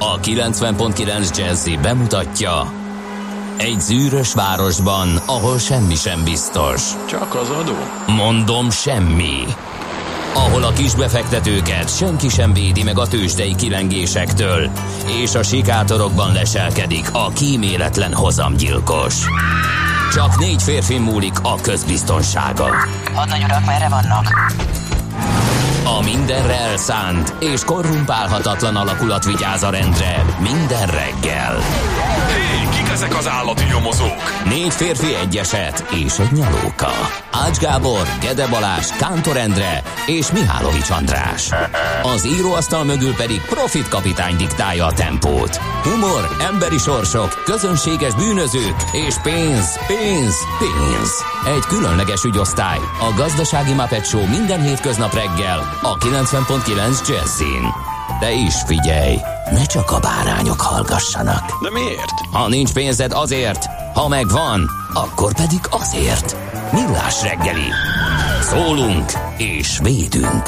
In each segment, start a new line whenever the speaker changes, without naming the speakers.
A 90.9 Jazzy bemutatja: egy zűrös városban, ahol semmi sem biztos.
Csak az adó?
Mondom, semmi. Ahol a kisbefektetőket senki sem védi meg a tőzsdei kilengésektől, és a sikátorokban leselkedik a kíméletlen hozamgyilkos. Csak 4 férfi múlik a közbiztonsága.
Hadnagy urak, merre vannak?
A mindenre elszánt és korrumpálhatatlan alakulat vigyáz a rendre minden reggel.
Hé, kik ezek az állati nyomozók?
4 férfi, egy eset és egy nyalóka. Ács Gábor, Gede Balázs, Kántor Endre és Mihálovics András. Az íróasztal mögül pedig Profit kapitány diktálja a tempót. Humor, emberi sorsok, közönséges bűnözők és pénz, pénz, pénz. Egy különleges ügyosztály, a Gazdasági Muppet Show minden hétköznap reggel a 90.9 Jazzin. De is figyelj, ne csak a bárányok hallgassanak.
De miért?
Ha nincs pénzed, azért, ha megvan, akkor pedig azért. Millás reggeli. Szólunk és védünk.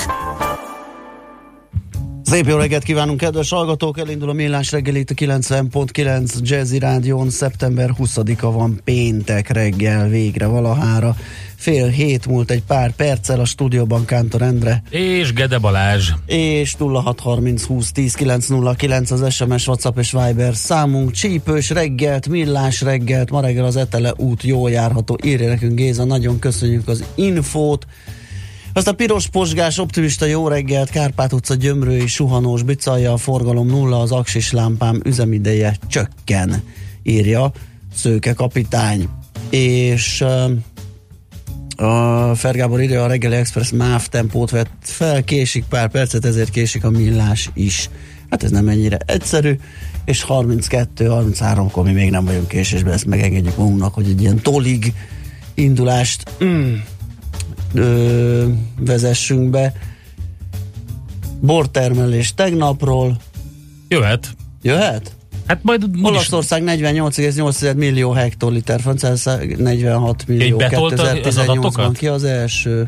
Szép jó reggelt kívánunk, kedves hallgatók! Elindul a Millás reggeli itt a 90.9 Jazzy Rádión. Szeptember 20-a van, péntek reggel, végre valahára. 6:30 múlt egy pár perccel, a stúdióban Kántor Endre
és Gede Balázs.
És 0630 20 10 909 az SMS, WhatsApp és Viber számunk. Csípős reggelt, millás reggelt, ma reggel az Etele út jól járható, írja nekünk Géza, nagyon köszönjük az infót. Azt a piros posgás optimista jó reggelt, Kárpát utca gyömrői suhanós bicalja, a forgalom nulla, az aksis lámpám üzemideje csökken, írja Szőke kapitány. És a Fergábor írja, a reggeli express MÁV tempót vett fel, késik pár percet, ezért késik a millás is. Hát ez nem ennyire egyszerű, és 32-33-kor mi még nem vagyunk késésben, ezt megengedjük magunknak, hogy egy ilyen tolig indulást vezessünk be. Bortermelés tegnapról. Jöhet?
Hát majd
Olaszország 48,8 millió hektoliter, Franciaország 46 millió 2018-ban. Ki az első?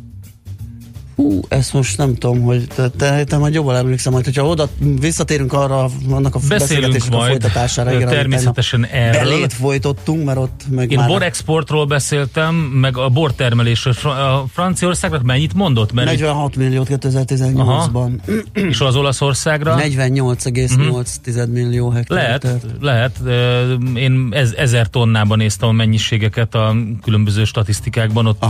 Ezt most nem tudom, hogy te majd jobban emlékszem, majd hogyha oda visszatérünk arra, annak a beszélgetésnek a folytatására.
Igen, természetesen erről.
Belét folytottunk, mert ott meg
én
már...
borexportról beszéltem, meg a bortermelésről. A Franciaországnak mennyit mondott?
46 milliót 2018-ban.
És az Olaszországra?
48,8 millió hektoliter.
Lehet. Én 1000 tonnában néztem a mennyiségeket a különböző statisztikákban, ott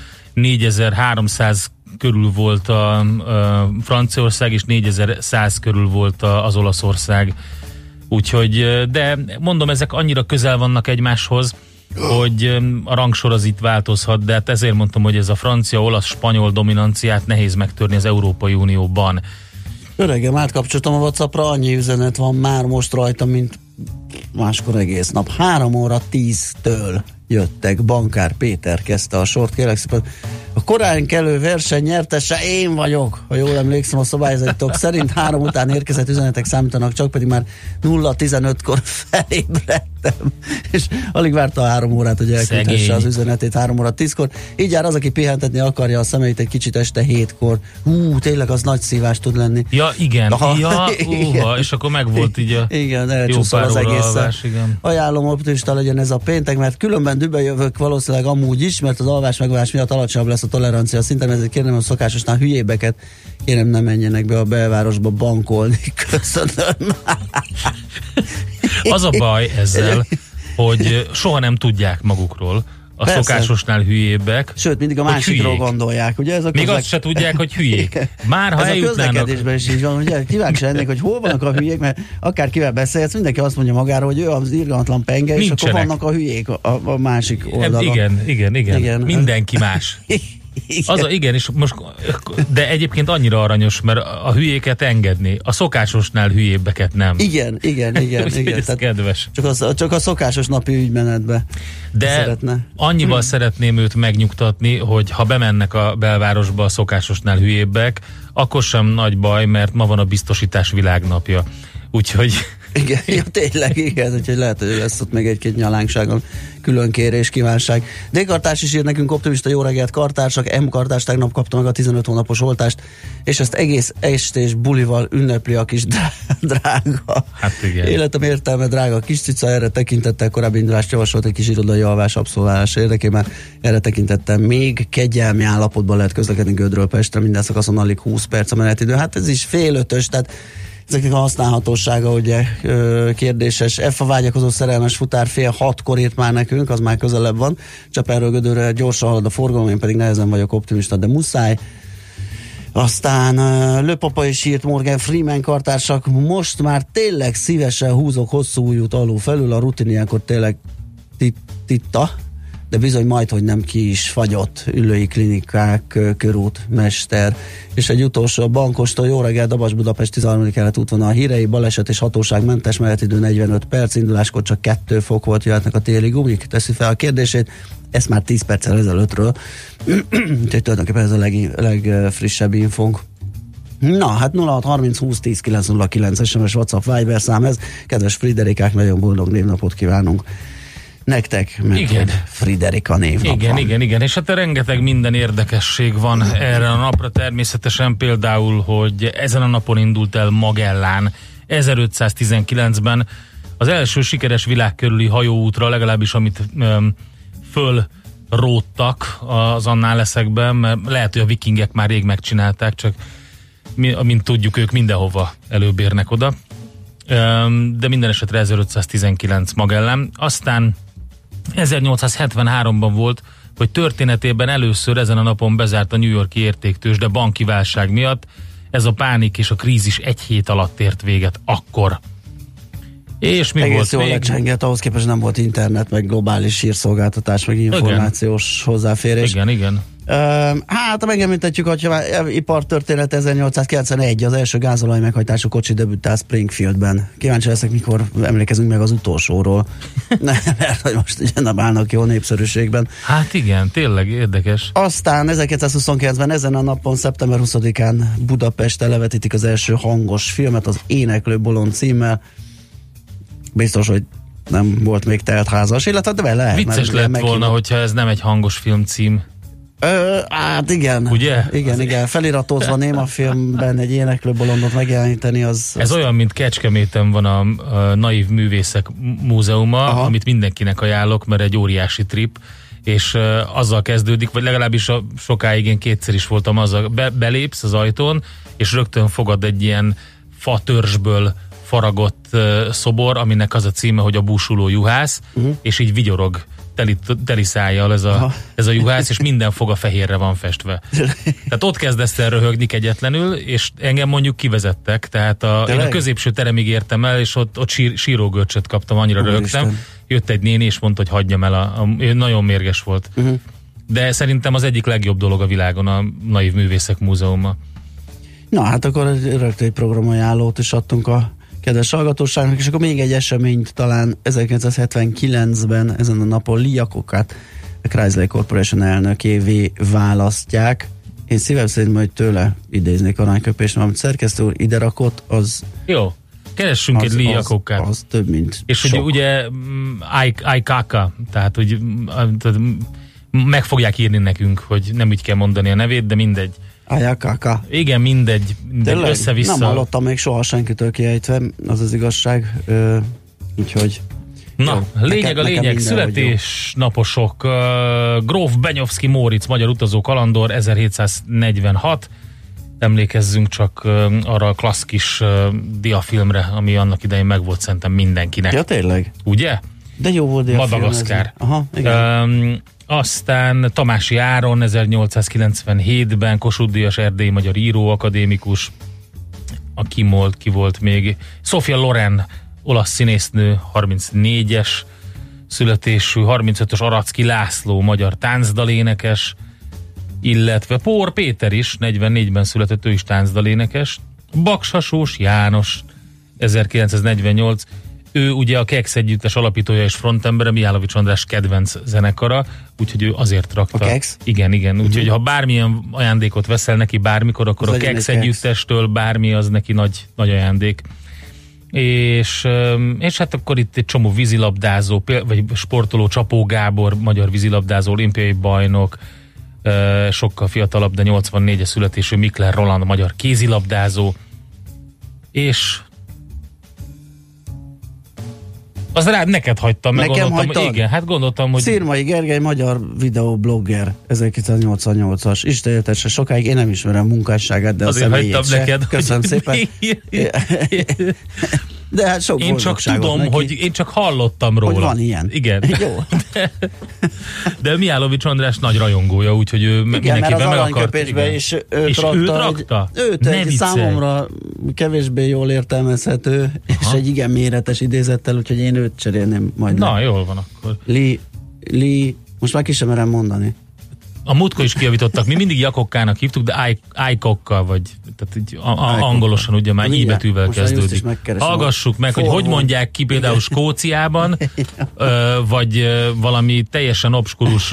4300 körül volt a Franciaország, és 4100 körül volt az Olaszország. Úgyhogy, de mondom, ezek annyira közel vannak egymáshoz, hogy a rangsor az itt változhat, de hát ezért mondtam, hogy ez a francia, olasz, spanyol dominanciát nehéz megtörni az Európai Unióban.
Öregem, átkapcsoltam a WhatsAppra, annyi üzenet van már most rajta, mint máskor egész nap. 3:10 jöttek. Bankár Péter kezdte a sort, kérlek szépen. A korán kelő verseny nyertese én vagyok, ha jól emlékszem a szabályzatok szerint. 3 után érkezett üzenetek számítanak, csak pedig már 0:15-kor felébredtem, és alig várta a 3 órát, hogy elküldhesse az üzenetét 3:10-kor. Így jár az, aki pihentetni akarja a szemeit egy kicsit este 7-kor. Tényleg az nagy szívás tud lenni.
Ja, igen. Igen. És akkor megvolt így a
igen, elcsúszol az egészen. Ajánlom, optimista legyen ez a péntek, mert különben dübe jövök valószínűleg amúgy is, mert az alvás-megválás miatt alacsonyabb lesz a tolerancia szinten, ezért kérem a szokásosnál hülyébeket, kérem ne menjenek be a belvárosba bankolni. Köszönöm.
Az a baj ezzel, hogy soha nem tudják magukról, a persze. Szokásosnál hülyébbek.
Sőt, mindig a másikról gondolják, ugye? Ez a
még azt se tudják, hogy hülyék. Már ha
ez
eljutnának...
a közlekedésben is így van, ugye? Kíváncsi lennék, hogy hol vannak a hülyék, mert akárkivel beszélsz, mindenki azt mondja magára, hogy ő az irgalmatlan penge, és akkor vannak a hülyék a másik oldalon.
Igen. Mindenki más. Igen, és most, de egyébként annyira aranyos, mert a hülyéket engedni, a szokásosnál hülyébbeket nem. Igen.
Ez
kedves.
Csak a szokásos napi ügymenetbe
de
szeretne.
Annyival szeretném őt megnyugtatni, hogy ha bemennek a belvárosba a szokásosnál hülyébbek, akkor sem nagy baj, mert ma van a biztosítás világnapja. Úgyhogy
Igen, ja, tényleg, igen, úgyhogy lehet, hogy lesz ott még egy-két nyalánkságon külön kérés, kívánság. D-kartárs is ír nekünk, optimista jó reggelt kartársak, M-kartárs tegnap kapta meg a 15 hónapos oltást, és ezt egész estés bulival ünnepli a kis drága.
Hát igen.
Életem értelme drága kis cica, erre tekintettel korábbi indulást javasolt egy kis irodai alvás abszolválás érdekében, erre tekintettel még kegyelmi állapotban lehet közlekedni Gödről Pestre, minden szakaszon alig 20 perc a menetidő. Hát ez is fél ötös, tehát ezeknek a használhatósága ugye kérdéses. F a vágyakozó szerelmes futár fél 6-kor írt már nekünk, az már közelebb van. Csepelről Gödörre gyorsan halad a forgalom, én pedig nehezen vagyok optimista, de muszáj. Aztán Lőpapa is írt, Morgan Freeman kartársak, most már tényleg szívesen húzok hosszú ujjút alul felül, a rutin ilyenkor tényleg titta, de bizony majdhogy nem ki is fagyott. Üllői klinikák, körút, mester. És egy utolsó, bankostól, jó reggel, Dabas Budapest 13. kelet útvonal hírei, baleset és hatóságmentes menetidő 45 perc, induláskor csak 2 fok volt, jöhetnek a téli gumik, teszi fel a kérdését, ezt már 10 perccel ezelőttről, úgyhogy tulajdonképpen ez a legfrissebb infónk. Na, hát 0630 20 10 909 SMS WhatsApp Viber szám ez. Kedves Friderikák, nagyon boldog névnapot kívánunk nektek, mert
igen.
Friderika névnap van.
Igen, és hát rengeteg minden érdekesség van erre a napra, természetesen például, hogy ezen a napon indult el Magellán 1519-ben az első sikeres világkörüli hajóútra, legalábbis amit fölróttak az annáleszekben, mert lehet, hogy a vikingek már rég megcsinálták, csak mint tudjuk, ők mindenhova előbb érnek oda. De minden esetre 1519 Magellán. Aztán 1873-ban volt, hogy történetében először ezen a napon bezárt a New York-i értéktőzsde banki válság miatt. Ez a pánik és a krízis egy hét alatt ért véget akkor. És mi
egész
volt
jól lecsengett, ahhoz képest nem volt internet, meg globális hírszolgáltatás, meg információs hozzáférés.
Igen.
Hát megemlítetjük, hogyha ipartörténet 1891, az első gázolaj meghajtású kocsi debütál Springfieldben. Kíváncsi leszek, mikor emlékezünk meg az utolsóról. Mert hogy most ugye nem állnak jó népszerűségben.
Hát igen, tényleg érdekes.
Aztán 1929-ben ezen a napon, szeptember 20-án Budapesten levetítik az első hangos filmet, az Éneklő bolond címmel. Biztos, hogy nem volt még teltházas, illetve de lehet.
Vicces lett volna, hogyha ez nem egy hangos filmcím.
Hát igen.
Ugye?
Igen. Feliratozva néma filmben egy éneklő bolondot megjeleníteni, ez
olyan, mint Kecskeméten van a Naív Művészek Múzeuma, amit mindenkinek ajánlok, mert egy óriási trip, és azzal kezdődik, vagy legalábbis sokáig én kétszer is voltam azzal, belépsz az ajtón, és rögtön fogad egy ilyen fatörzsből faragott szobor, aminek az a címe, hogy a búsuló juhász, és így vigyorog teli szájjal ez a juhász, és minden foga fehérre van festve. Tehát ott kezdesz el röhögni kegyetlenül, és engem mondjuk kivezettek, tehát én a középső teremig értem el, és ott sírógörcsöt kaptam, annyira röhögtem. Jött egy néni, és mondta, hogy hagyjam el, nagyon mérges volt. De szerintem az egyik legjobb dolog a világon a Naív Művészek Múzeuma.
Na hát akkor rögtön egy programajánlót is adtunk a kedves hallgatóságnak, és akkor még egy eseményt talán 1979-ben ezen a napon Lee Iacoccat a Chrysler Corporation elnökévé választják. Én szívem szerint majd tőle idéznék aranyköpést, amit szerkesztő úr ide rakott, az...
Jó, keressünk egy Lee Iacoccat.
Az több, mint
és
sok.
ugye Iacocca, tehát hogy meg fogják írni nekünk, hogy nem úgy kell mondani a nevét, de mindegy.
Iacocca.
Igen, mindegy össze-vissza.
Nem hallottam még soha senkitől kiejtve, az igazság. Úgyhogy
na,
jó,
lényeg, születésnaposok. Gróf Benyovszky Móricz, magyar utazó kalandor, 1746. Emlékezzünk csak arra a klasszis diafilmre, ami annak idején meg volt szerintem mindenkinek.
Ja, tényleg?
Ugye?
De jó volt diafilm.
Madagaszkár.
Aha, igen.
Aztán Tamási Áron 1897-ben, Kossuth Díjas erdélyi magyar író, akadémikus, ki volt még, Sofia Loren, olasz színésznő, 34-es születésű, 35-ös Aracki László, magyar táncdalénekes, illetve Pór Péter is, 44-ben született, ő is táncdalénekes, Baksasós János, 1948, ő ugye a Kex együttes alapítója és frontembere, Mihálovics András kedvenc zenekara, úgyhogy ő azért rakta.
A Kex?
Igen. Úgyhogy ha bármilyen ajándékot veszel neki bármikor, akkor az a Kex együttestől bármi az neki nagy ajándék. és hát akkor itt egy csomó vízilabdázó, vagy sportoló, Csapó Gábor, magyar vízilabdázó, olimpiai bajnok, sokkal fiatalabb, de 84-es születésű Mikler Roland, magyar kézilabdázó, és az rá neked hagytam, meg
nekem
gondoltam, hogy igen, hát gondoltam, hogy...
Szirmai Gergely, magyar videoblogger, 1988-as. Isten éltesse sokáig, én nem ismerem munkásságát, de
azért
a személyét se.
neked,
köszönöm szépen. De hát sok
én csak tudom,
neki,
hogy én csak hallottam róla.
Hogy van ilyen.
Igen.
Jó.
De Mihálovics András nagy rajongója, úgyhogy ő mindenképpen meg akart.
És őt rakta. Őt egy számomra kevésbé jól értelmezhető, és egy igen méretes idézettel, úgyhogy én őt cserélném majd.
Na, jól van akkor.
Lee, most már ki sem merem mondani.
A múltkor is kijavítottak, mi mindig Jakokkának hívtuk, de Ájkokkal, vagy tehát így angolosan ugye már I betűvel kezdődik. Hallgassuk meg, hogy mondják ki például Skóciában, vagy valami teljesen obskurus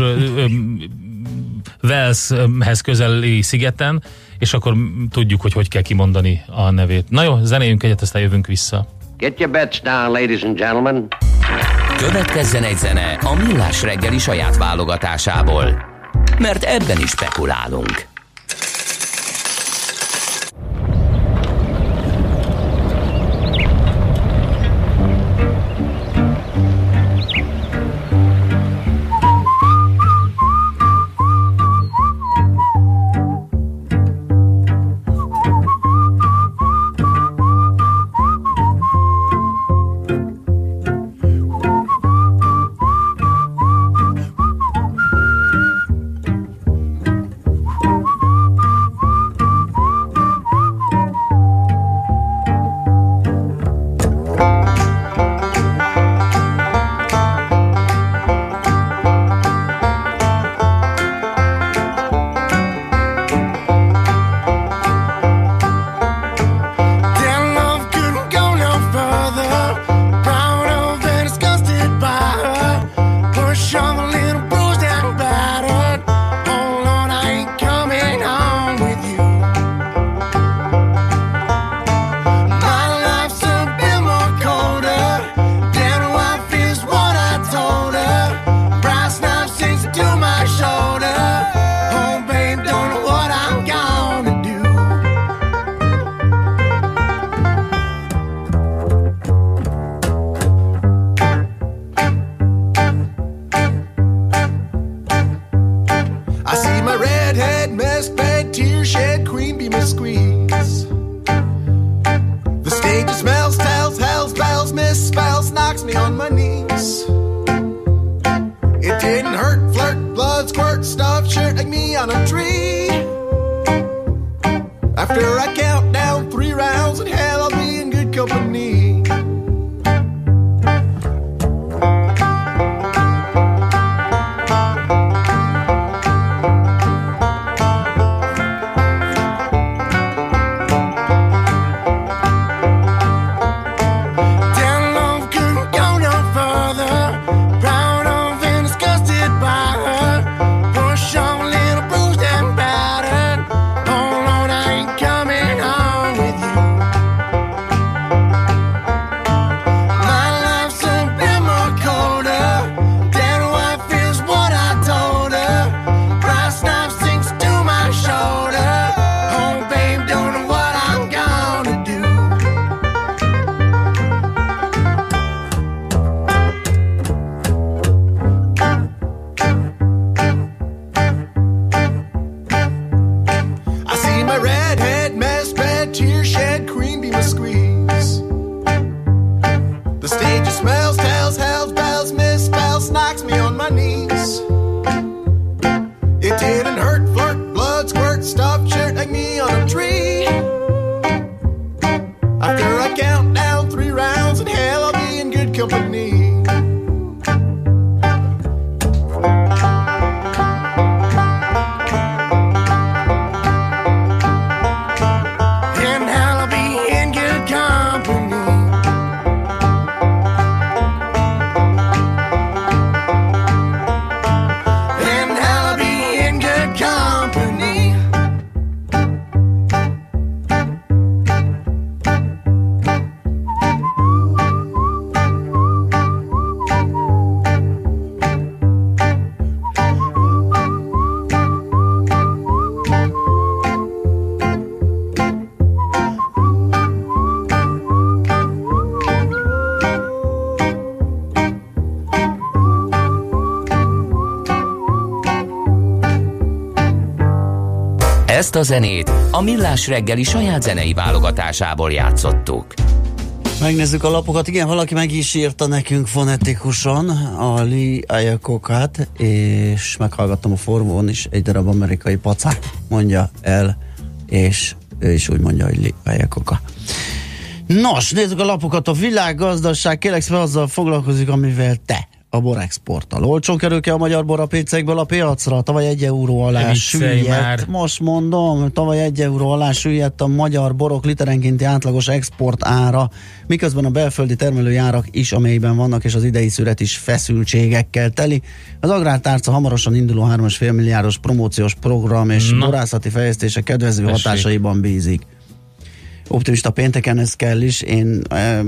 Waleshez közeli szigeten, és akkor tudjuk, hogy kell kimondani a nevét. Na jó, zenéljünk egyet, aztán jövünk vissza.
Get your bets down, ladies and gentlemen.
Következzen egy zene a Millás reggeli saját válogatásából, mert ebben is spekulálunk. Ezt a zenét a Millás reggeli saját zenei válogatásából játszottuk.
Megnézzük a lapokat. Igen, valaki meg is írta nekünk fonetikusan a Lee Iacocca-t, és meghallgattam a formón is, egy darab amerikai pacák mondja el, és ő is úgy mondja, hogy Lee Iacocca. Nos, nézzük a lapokat. A világgazdaság kérlek szépen azzal foglalkozik, amivel te, a borexporttal. Olcsón kerül ki a magyar bor a pécekből a piacra, tavaly 1 euró alá süllyedt. Most mondom, tavaly 1 euró alá süllyedt a magyar borok literenkénti átlagos export ára, miközben a belföldi termelői árak is amélyben vannak, és az idei szület is feszültségekkel teli. Az agrártárca hamarosan induló 3,5 milliárdos promóciós program és borászati fejlesztések kedvező hatásaiban bízik. Optimista pénteken ez kell is, én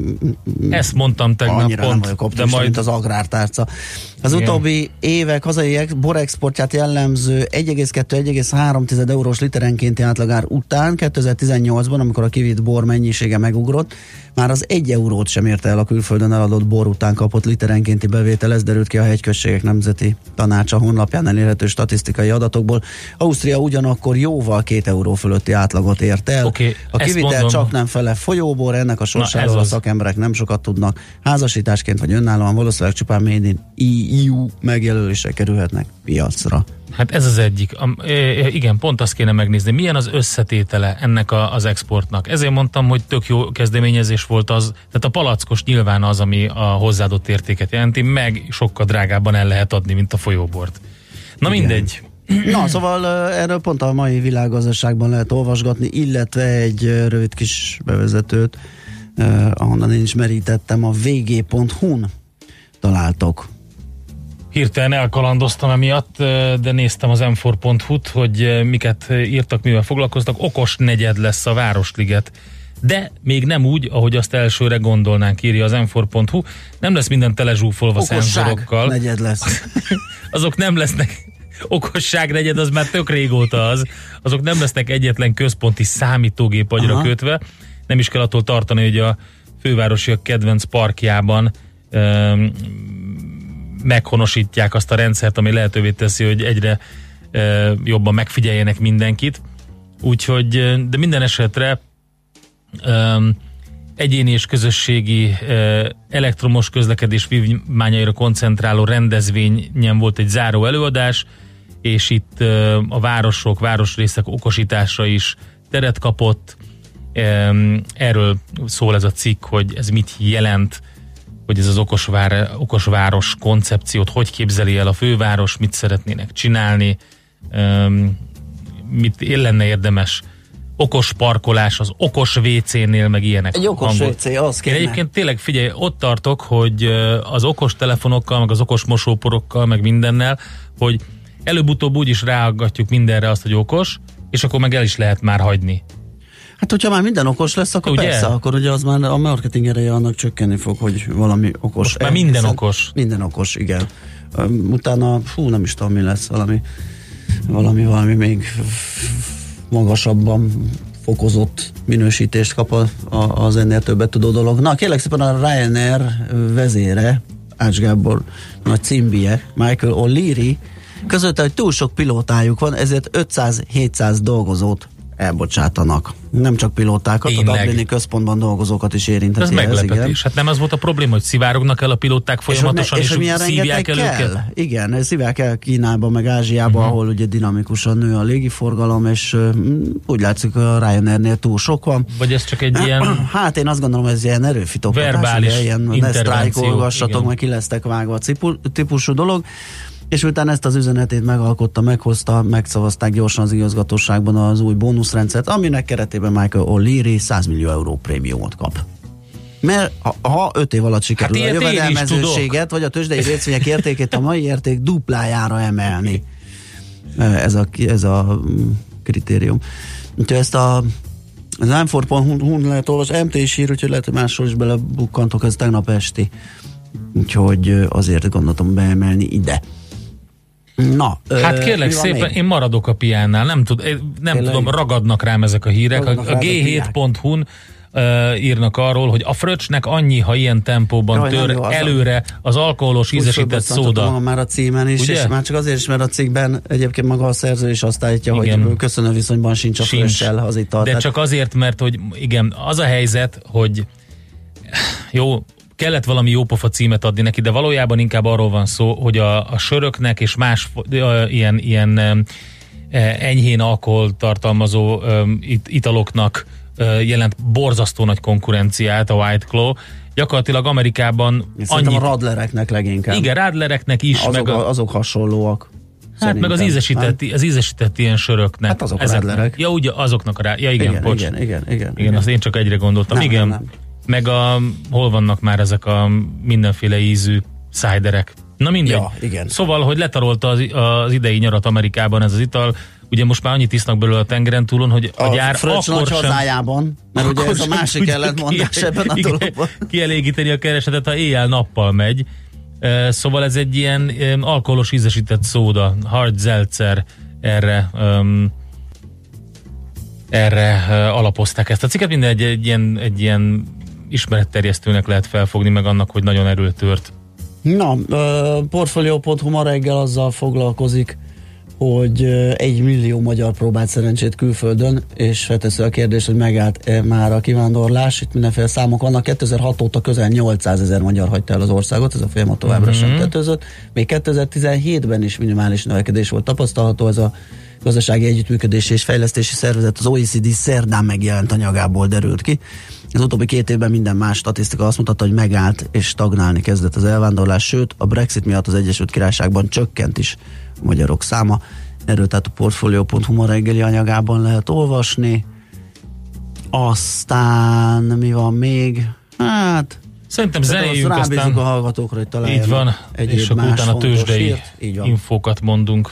ezt mondtam tegnap
annyira
pont,
nem vagyok optimista, mint az agrártárca. Az utóbbi évek hazai borexportját jellemző 1,2-1,3 eurós literenkénti átlagár után 2018-ban, amikor a kivitt bor mennyisége megugrott, már az 1 eurót sem érte el a külföldön eladott bor után kapott literenkénti bevétel, ez derült ki a Hegyközségek Nemzeti Tanácsa honlapján elérhető statisztikai adatokból. Ausztria ugyanakkor jóval 2 euró fölötti átlagot ért el. A kivitel csak nem fele folyóbor, ennek a sorsáról a szakemberek nem sokat tudnak. Házasításként vagy önállóan valószínűleg csupán Made in EU megjelölésre kerülhetnek piacra.
Hát ez az egyik. Igen, pont azt kéne megnézni. Milyen az összetétele ennek az exportnak? Ezért mondtam, hogy tök jó kezdeményezés volt az, tehát a palackos nyilván az, ami a hozzáadott értéket jelenti, meg sokkal drágábban el lehet adni, mint a folyóbort. Na igen. Mindegy.
Na, szóval erről pont a mai világgazdaságban lehet olvasgatni, illetve egy rövid kis bevezetőt, ahonnan én is merítettem, a vg.hu-n találtok.
Hirtelen elkalandoztam emiatt, de néztem az m4.hu-t, hogy miket írtak, mivel foglalkoztak. Okos negyed lesz a Városliget. De még nem úgy, ahogy azt elsőre gondolnánk, írja az m4.hu. Nem lesz minden telezsúfolva szenzorokkal.
Negyed lesz.
Azok nem lesznek. Okosság negyed, az már tök régóta az. Azok nem lesznek egyetlen központi számítógép agyra kötve. Nem is kell attól tartani, hogy a fővárosiak kedvenc parkjában meghonosítják azt a rendszert, ami lehetővé teszi, hogy egyre jobban megfigyeljenek mindenkit. Úgyhogy, de minden esetre egyéni és közösségi elektromos közlekedés vívmányaira koncentráló rendezvényen volt egy záró előadás, és itt a városok, városrészek okosítása is teret kapott. Erről szól ez a cikk, hogy ez mit jelent, hogy ez az okosváros koncepciót hogy képzeli el a főváros, mit szeretnének csinálni, mit lenne érdemes, okos parkolás, az okos WC-nél, meg ilyenek.
Egy okos WC, az kéne.
Egyébként tényleg figyelj, ott tartok, hogy az okos telefonokkal, meg az okos mosóporokkal, meg mindennel, hogy előbb-utóbb úgy is ráaggatjuk mindenre azt, hogy okos, és akkor meg el is lehet már hagyni.
Hát, hogyha már minden okos lesz, akkor ugye? Persze, akkor ugye az már a marketing ereje annak csökkenni fog, hogy valami okos.
Most már minden okos.
Minden okos, igen. Utána, nem is tudom, mi lesz, valami még magasabban fokozott minősítést kap az ennél többet tudó dolog. Na, kérlek szépen a Ryanair vezére, Ács Gábor nagy címbie, Michael O'Leary közölte, hogy túl sok pilótájuk van, ezért 500-700 dolgozót elbocsátanak. Nem csak pilótákat, tényleg. A Dublini központban dolgozókat is érintheti.
Ez meglepetés. Hát nem az volt a probléma, hogy szivárognak el a pilóták folyamatosan, és szívják el őket?
Igen, szívják el Kínába, meg Ázsiába, ahol ugye dinamikusan nő a légiforgalom, és úgy látszik, hogy a Ryanairnél túl sok van.
Vagy ez csak egy ilyen...
Hát én azt gondolom, ez ilyen erőfitoktatás,
verbális
ilyen ne sztrájkolgassatok, meg ki lesztek vágva típusú dolog. És utána ezt az üzenetét meghozta, megszavazták gyorsan az igazgatóságban az új bónuszrendszert, aminek keretében Michael O'Leary 100 millió euró prémiumot kap. Mert ha 5 év alatt sikerül a jövedelmezőséget, vagy a tőzsdei részvények értékét a mai érték duplájára emelni. Ez a kritérium. Úgyhogy ezt az m4.hu lehet olvasni, MT is ír, úgyhogy lehet, hogy máshol is belebukkantok, ez tegnap esti. Úgyhogy azért gondoltam beemelni ide. Na,
hát kérlek szépen, még? Én maradok a piánnál, nem tudom, ragadnak rám ezek a hírek. A G7.hu-n írnak arról, hogy a fröccsnek annyi, ha ilyen tempóban tör előre az alkoholos ízesített szóda.
Már a címen is, és már csak azért is, mert a cikkben egyébként maga a szerző is azt állítja, hogy köszönő viszonyban sincs a fröccsel az ital.
De csak azért, mert hogy igen, az a helyzet, hogy jó, kellett valami jópofa címet adni neki, de valójában inkább arról van szó, hogy a söröknek és más ilyen enyhén alkohol tartalmazó italoknak jelent borzasztó nagy konkurenciát a White Claw. Gyakorlatilag Amerikában
szerintem a radlereknek leginkább.
Igen, radlereknek is.
Azok hasonlóak.
Hát szerintem. Meg az ízesített ilyen söröknek.
Hát azok a radlerek.
Ja, ugye azoknak igen, bocs.
Igen,
azt én csak egyre gondoltam. Nem. Meg hol vannak már ezek a mindenféle ízű szájderek. Na mindegy.
Ja, igen.
Szóval, hogy letarolta az idei nyarat Amerikában ez az ital, ugye most már annyit isznak belőle a tengeren túlon, hogy a gyár
akkor sem... hazájában, mert ugye ez a másik ellentmondás ebben a dologban.
Kielégíteni a keresetet, ha éjjel-nappal megy. Szóval ez egy ilyen alkoholos ízesített szóda, hard seltzer, erre alapozták ezt a cikket. Minden egy ilyen ismeretterjesztőnek lehet felfogni, meg annak, hogy nagyon erőtört.
Na, Portfolio.hu ma reggel azzal foglalkozik, hogy 1 millió magyar próbált szerencsét külföldön, és feltesző a kérdés, hogy megállt már a kivándorlás. Itt mindenféle számok vannak. 2006 óta közel 800 000 magyar hagyta el az országot, ez a folyamat továbbra sem tetőzött. Még 2017-ben is minimális növekedés volt tapasztalható, ez a Gazdasági Együttműködési és Fejlesztési Szervezet, az OECD szerdán megjelent anyagából derült ki. Az utóbbi 2 évben minden más statisztika azt mutatta, hogy megállt és stagnálni kezdett az elvándorlás, sőt a Brexit miatt az Egyesült Királyságban csökkent is a magyarok száma. Erről tehát a Portfolio.hu ma reggeli anyagában lehet olvasni. Aztán mi van még? Hát
szerintem zenéljünk, aztán
a hallgatókra, hogy találjanak.
Így van, és akkor utána tőzsdei infókat mondunk.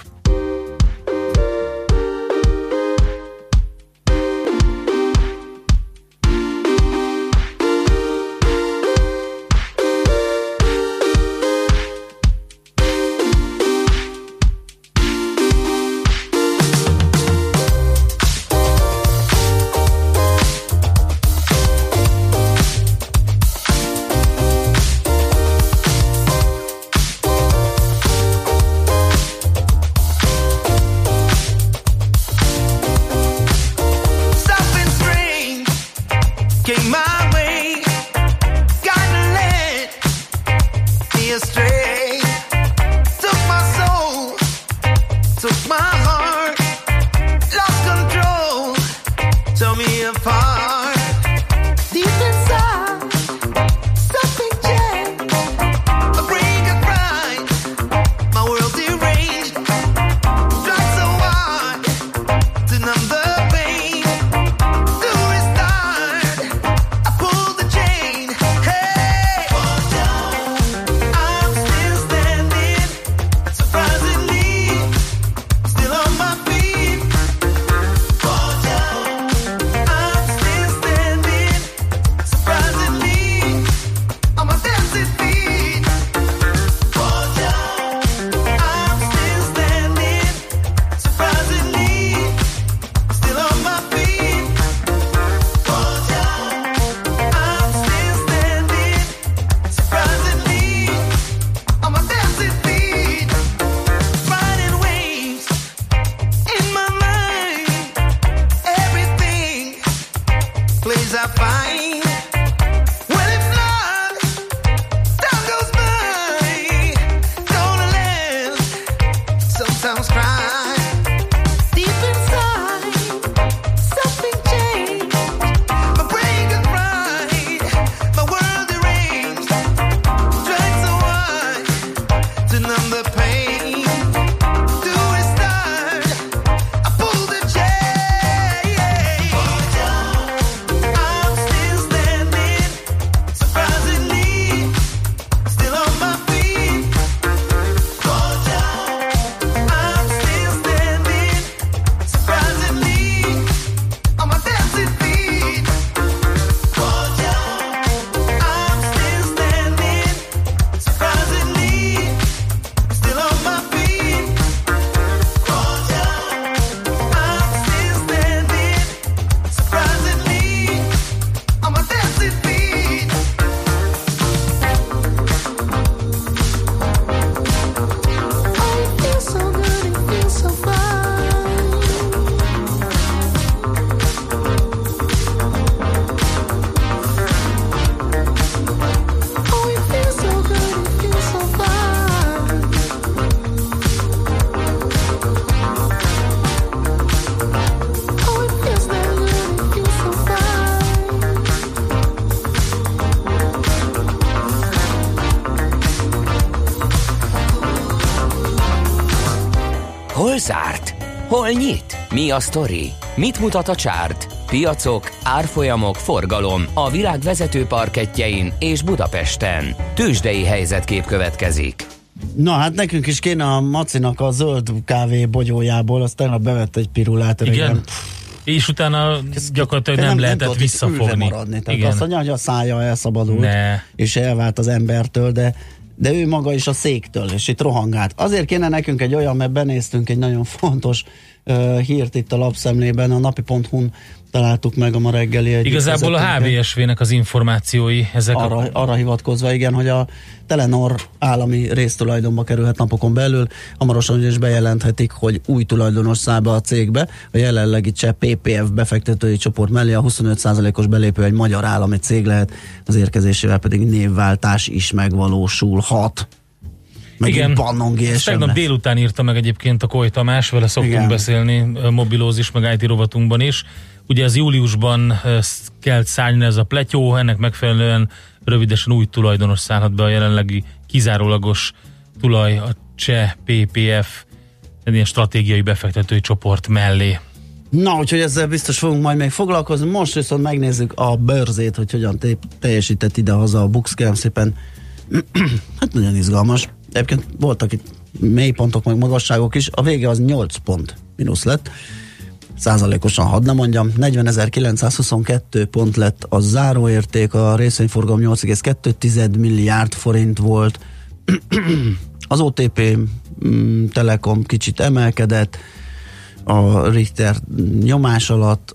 zárt? Hol nyit? Mi a sztori? Mit mutat a csárt? Piacok, árfolyamok, forgalom a világ vezető parkettjein és Budapesten. Tőzsdei helyzetkép következik.
Na hát nekünk is kéne a Macinak a zöld kávé bogyójából, azt tegnap bevett egy pirulát.
Igen? És utána gyakorlatilag nem lehetett visszafogni.
Maradni. Tehát azt mondja, hogy a szája elszabadult, és elvált az embertől, de ő maga is a széktől, és itt rohangált. Azért kéne nekünk egy olyan, mert benéztünk egy nagyon fontos hírt itt a lapszemlében, a napi.hu-n találtuk meg a ma reggeli.
Igazából a HVSV-nek az információi ezek
arra hivatkozva, igen, hogy a Telenor állami résztulajdonba kerülhet napokon belül, hamarosan is bejelenthetik, hogy új tulajdonos száll be a cégbe, a jelenlegi cseh PPF befektetői csoport mellé a 25%-os belépő egy magyar állami cég lehet, az érkezésével pedig névváltás is megvalósulhat. Meg
igen,
Bannongi
tegnap délután írta meg egyébként a Koly Tamás, vele szoktunk beszélni mobilózis, meg IT rovatunkban is. Ugye ez júliusban kell szállni ez a pletyó, ennek megfelelően rövidesen új tulajdonos szállhat be a jelenlegi kizárólagos tulaj a cseh PPF, egy ilyen stratégiai befektetői csoport mellé.
Na, úgyhogy ezzel biztos fogunk majd még foglalkozni. Most viszont megnézzük a bőrzét, hogy hogyan teljesített ide-haza a Bux, kérem szépen. Hát nagyon izgalmas. Egyébként voltak itt mélypontok, meg magasságok is. A vége az 8 pont mínusz lett. Százalékosan, hadd nem mondjam. 40.922 pont lett a záróérték, a részvényforgalom 8,2 milliárd forint volt. Az OTP Telekom kicsit emelkedett, a Richter nyomás alatt,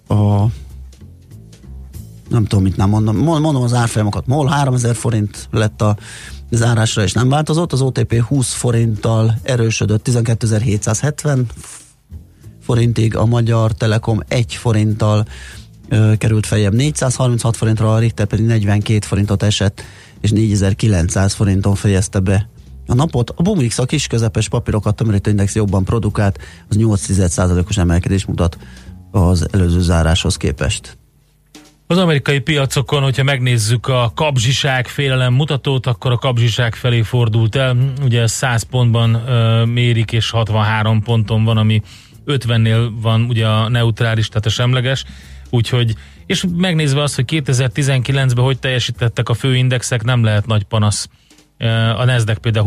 nem tudom, mit nem mondom az árfolyamokat. MOL 3000 forint lett a zárásra, és nem változott. Az OTP 20 forinttal erősödött 12.770 forintig, a Magyar Telekom 1 forinttal került feljebb 436 forintra, a Richter pedig 42 forintot esett, és 4900 forinton fejezte be a napot. A Bumix, a kis közepes papírokat tömörítő index jobban produkált, az 8,1%-os emelkedés mutat az előző záráshoz képest.
Az amerikai piacokon, hogyha megnézzük a kapzsiság félelem mutatót, akkor a kapzsiság felé fordult el. Ugye 100 pontban mérik, és 63 ponton van, ami 50-nél van ugye a neutrális, tehát a semleges. Úgyhogy, és megnézve azt, hogy 2019-ben hogy teljesítettek a főindexek, nem lehet nagy panasz. A Nasdaq például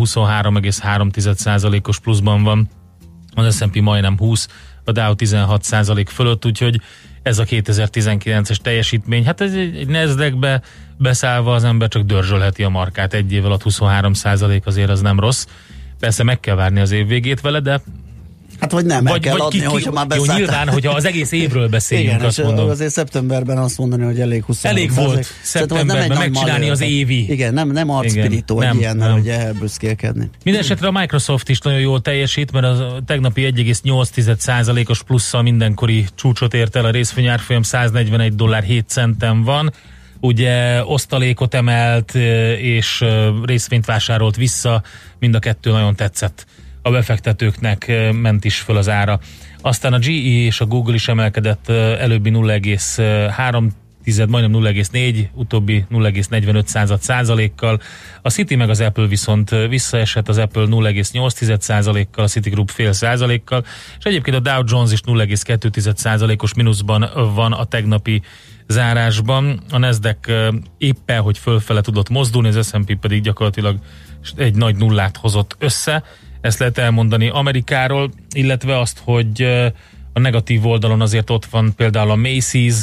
23,3%-os pluszban van, az S&P majdnem 20, a Dow 16% fölött, úgyhogy ez a 2019-es teljesítmény. Hát ez egy Nasdaqbe beszállva az ember csak dörzsölheti a markát, egy év alatt 23% azért az nem rossz. Persze meg kell várni az év végét vele, de
hát vagy nem, meg kell adni, hogyha már beszálltál.
Jó, nyilván, hogyha az egész évről beszéljünk, igen, azt mondom.
Azért szeptemberben azt mondani, hogy elég 23%.
Elég volt szeptemberben megcsinálni az évi.
Igen, nem arcpirító egy ilyennel, hogy elbüszkélkedni.
Mindenesetre a Microsoft is nagyon jól teljesít, mert a tegnapi 1,8%-os plusszal mindenkori csúcsot ért el, a részvényárfolyam $141.07 van. Ugye osztalékot emelt, és részvényt vásárolt vissza, mind a kettő nagyon tetszett. A befektetőknek ment is föl az ára. Aztán a GE és a Google is emelkedett, előbbi 0,3, majdnem 0,4, utóbbi 0,45%-kal. A Citi meg az Apple viszont visszaesett, az Apple 0,8%-kal, a Citigroup fél százalékkal, és egyébként a Dow Jones is 0,2%-os mínuszban van a tegnapi zárásban. A Nasdaq éppen, hogy fölfele tudott mozdulni, az S&P pedig gyakorlatilag egy nagy nullát hozott össze. Ezt lehet elmondani Amerikáról, illetve azt, hogy a negatív oldalon azért ott van például a Macy's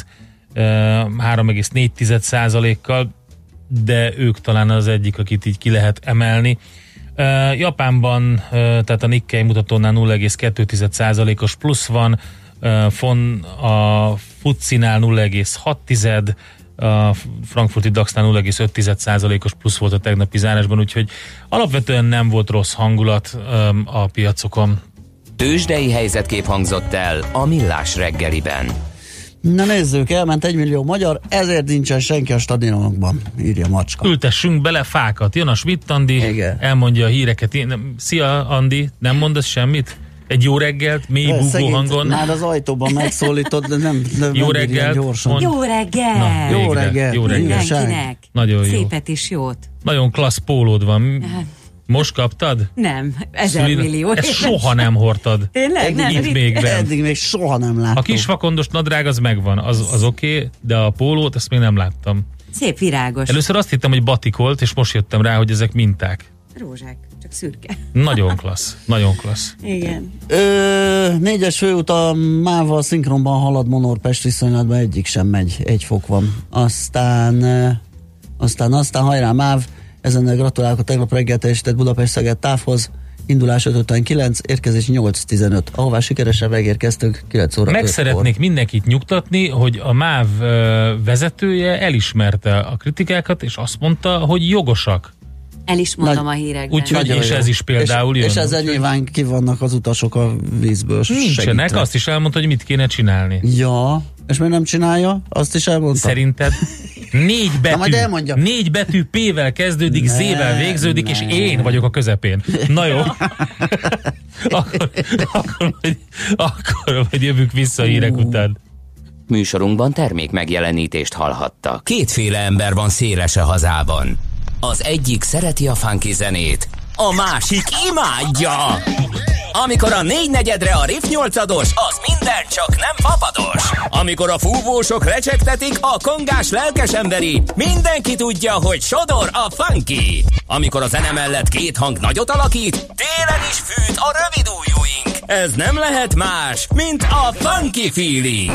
3,4%-kal, de ők talán az egyik, akit így ki lehet emelni. Japánban, tehát a Nikkei mutatónál 0,2%-os plusz van, a FTSE-nál 0,6%, a frankfurti DAX-nál 0,5%-os plusz volt a tegnapi zárásban, úgyhogy alapvetően nem volt rossz hangulat a piacokon.
Tőzsdei helyzetkép hangzott el a Millás reggeliben.
Na nézzük, elment 1 millió magyar, ezért nincsen senki a stadionokban, írja Macska.
Ültessünk bele fákat, jön a Schmidt Andi, igen, elmondja a híreket. Szia Andi, nem mondasz semmit? Egy jó reggelt, mély búgó hangon.
Már az ajtóban megszólítod, de nem
jó reggelt,
gyorsan.
Jó reggelt!
Na,
jó reggelt!
Jó reggelt!
Mindenkinek!
Nagyon jó.
Szépet is jót!
Nagyon klassz pólód van. Most kaptad?
Nem, 1000 millió.
Ezt soha nem hordtad.
Tényleg? Nem,
itt még bent.
Eddig még soha nem láttam.
A kis vakondos nadrág az megvan, az oké, de a pólót azt még nem láttam.
Szép virágos.
Először azt hittem, hogy batikolt, és most jöttem rá, hogy ezek minták.
Rózsák, csak szürke.
Nagyon klassz, nagyon klassz.
Igen.
4-es főút a MÁV-val szinkronban halad Monor-Pest viszonylatban, egyik sem megy, 1 fok van. Aztán hajrá MÁV, ezennel gratulálok a tegnap reggel teljesített Budapest-Szeged távhoz. Indulás 5:59, érkezés 8:15. Ahová sikeresen megérkeztünk 9 óra.
Meg szeretnék mindenkit nyugtatni, hogy a MÁV vezetője elismerte a kritikákat, és azt mondta, hogy jogosak.
El is mondom a hírekben.
Úgyhogy, és ez is például jön.
És ezzel nyilván ki vannak az utasok a vízből.
Nincsenek,
segítve.
azt is elmondta, hogy mit kéne csinálni.
Ja, és miért nem csinálja? Azt is elmondta.
Szerinted 4 betű P-vel kezdődik, Z-vel végződik, és én vagyok a közepén. Na jó. akkor majd jövünk vissza a hírek után.
Műsorunkban termék megjelenítést hallhattak. Kétféle ember van széles a hazában. Az egyik szereti a funky zenét, a másik imádja. Amikor a 4/4-re a Riff 8-ados, az minden csak nem fapados. Amikor a fúvósok recsegtetik, a kongás lelkes emberi, mindenki tudja, hogy sodor a funky. Amikor a zene mellett 2 hang nagyot alakít, télen is fűt a rövid ujjúink. Ez nem lehet más, mint a funky feeling.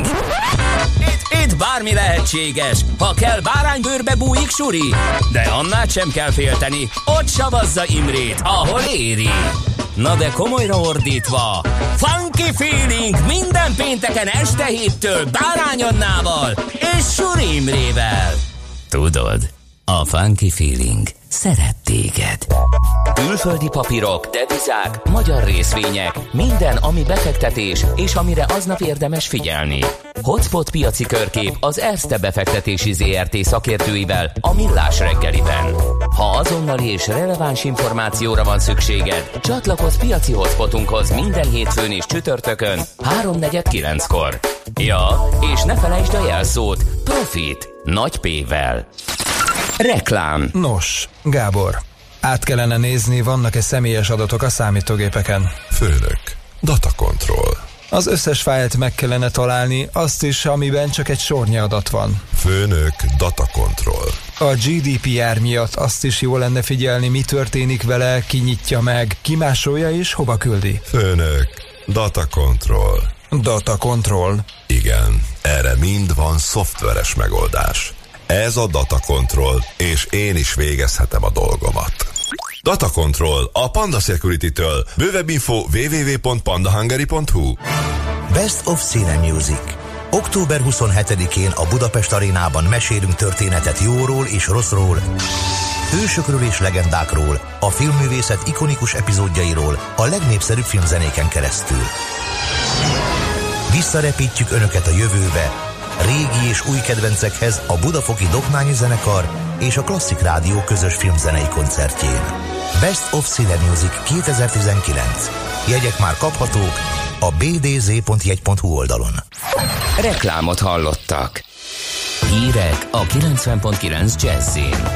Itt bármi lehetséges, ha kell báránybőrbe bújik suri, de annál sem kell félteni, ott savazza Imrét, ahol éri. Na de komolyra ordítva, funky feeling minden pénteken este 7-től Bárány Annával és Suri Imrével. Tudod, a funky feeling szeret téged. Külföldi papírok, devizák, magyar részvények, minden, ami befektetés, és amire aznap érdemes figyelni. Hotspot piaci körkép az Erste befektetési ZRT szakértőivel a Millás reggeliben. Ha azonnali és releváns információra van szükséged, csatlakozz piaci hotspotunkhoz minden hétfőn és csütörtökön 3:49-kor. Ja, és ne felejtsd a jelszót Profit nagy P-vel. Reklám.
Nos, Gábor, át kellene nézni, vannak-e személyes adatok a számítógépeken.
Főnök, data control.
Az összes fájlt meg kellene találni, azt is, amiben csak egy sornyi adat van.
Főnök, data control.
A GDPR miatt azt is jó lenne figyelni, mi történik vele, ki nyitja meg, ki másolja és hova küldi.
Főnök, data control.
Data control.
Igen, erre mind van szoftveres megoldás. Ez a Data Control, és én is végezhetem a dolgomat. Data Control a Panda Security-től. Bővebb info www.pandahungary.hu.
Best of Cine Music. Október 27-én a Budapest Arénában mesélünk történetet jóról és rosszról, hősökről és legendákról, a filmművészet ikonikus epizódjairól, a legnépszerűbb filmzenéken keresztül. Visszarepítjük Önöket a jövőbe, régi és új kedvencekhez a Budafoki Doknányi Zenekar és a Klasszik Rádió közös filmzenei koncertjén. Best of Cine Music 2019. Jegyek már kaphatók a bdz.jegy.hu oldalon.
Reklámot hallottak. Hírek a 90.9 Jazzin.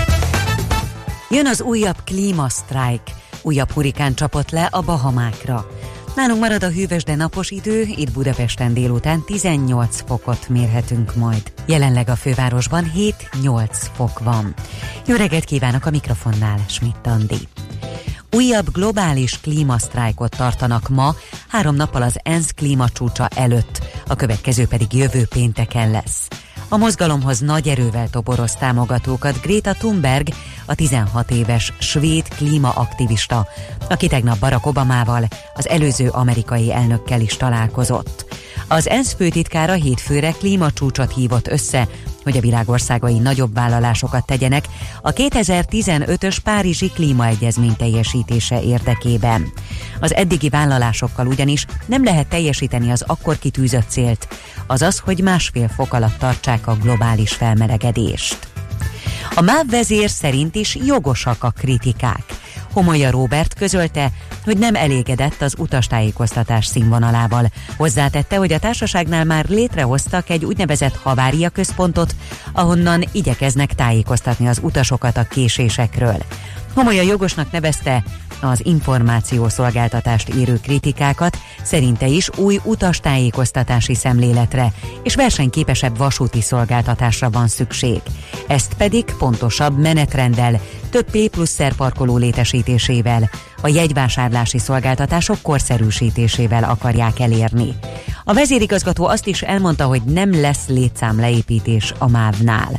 Jön az újabb klímasztrájk. Újabb hurikán csapott le a Bahamákra. Nálunk marad a hűvös, de napos idő, itt Budapesten délután 18 fokot mérhetünk majd. Jelenleg a fővárosban 7-8 fok van. Jó reggelt kívánok, a mikrofonnál Schmidt Andi. Újabb globális klímasztrájkot tartanak ma, 3 nappal az ENSZ klímacsúcsa előtt, a következő pedig jövő pénteken lesz. A mozgalomhoz nagy erővel toboroz támogatókat Greta Thunberg, a 16 éves svéd klímaaktivista, aki tegnap Barack Obamával, az előző amerikai elnökkel is találkozott. Az ENSZ főtitkára hétfőre klímacsúcsot hívott össze, hogy a világországai nagyobb vállalásokat tegyenek a 2015-ös Párizsi klímaegyezmény teljesítése érdekében. Az eddigi vállalásokkal ugyanis nem lehet teljesíteni az akkor kitűzött célt, azaz, hogy 1,5 fok alatt tartsák a globális felmelegedést. A MÁV vezér szerint is jogosak a kritikák. Homolya Róbert közölte, hogy nem elégedett az utastájékoztatás színvonalával. Hozzátette, hogy a társaságnál már létrehoztak egy úgynevezett havária központot, ahonnan igyekeznek tájékoztatni az utasokat a késésekről. Homolya jogosnak nevezte az információszolgáltatást érő kritikákat, szerinte is új utastájékoztatási szemléletre és versenyképesebb vasúti szolgáltatásra van szükség. Ezt pedig pontosabb menetrenddel, több P+ szerparkoló létesítésével, a jegyvásárlási szolgáltatások korszerűsítésével akarják elérni. A vezérigazgató azt is elmondta, hogy nem lesz létszámleépítés a MÁV-nál.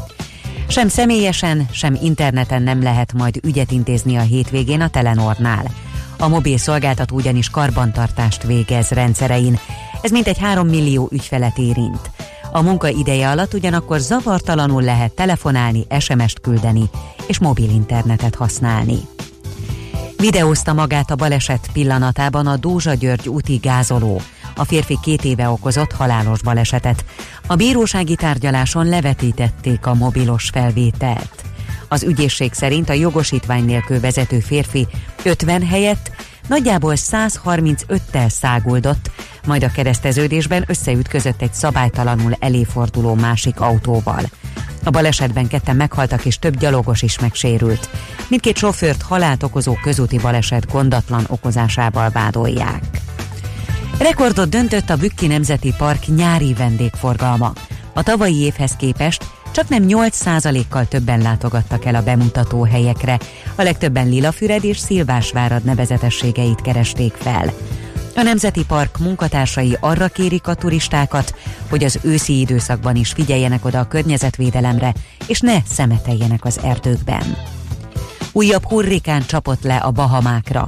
Sem személyesen, sem interneten nem lehet majd ügyet intézni a hétvégén a Telenornál. A mobil szolgáltató ugyanis karbantartást végez rendszerein, ez mintegy 3 millió ügyfelet érint. A munka ideje alatt ugyanakkor zavartalanul lehet telefonálni, SMS-t küldeni és mobil internetet használni. Videózta magát a baleset pillanatában a Dózsa György úti gázoló. A férfi 2 éve okozott halálos balesetet. A bírósági tárgyaláson levetítették a mobilos felvételt. Az ügyészség szerint a jogosítvány nélkül vezető férfi 50 helyett nagyjából 135-tel száguldott, majd a kereszteződésben összeütközött egy szabálytalanul eléforduló másik autóval. A balesetben 2 meghaltak és több gyalogos is megsérült. Mindkét sofőrt halált okozó közúti baleset gondatlan okozásával vádolják. Rekordot döntött a Bükki Nemzeti Park nyári vendégforgalma. A tavalyi évhez képest csaknem 8%-kal többen látogattak el a bemutató helyekre, a legtöbben Lilafüred és Szilvásvárad nevezetességeit keresték fel. A Nemzeti Park munkatársai arra kérik a turistákat, hogy az őszi időszakban is figyeljenek oda a környezetvédelemre, és ne szemeteljenek az erdőkben. Újabb hurrikán csapott le a Bahamákra.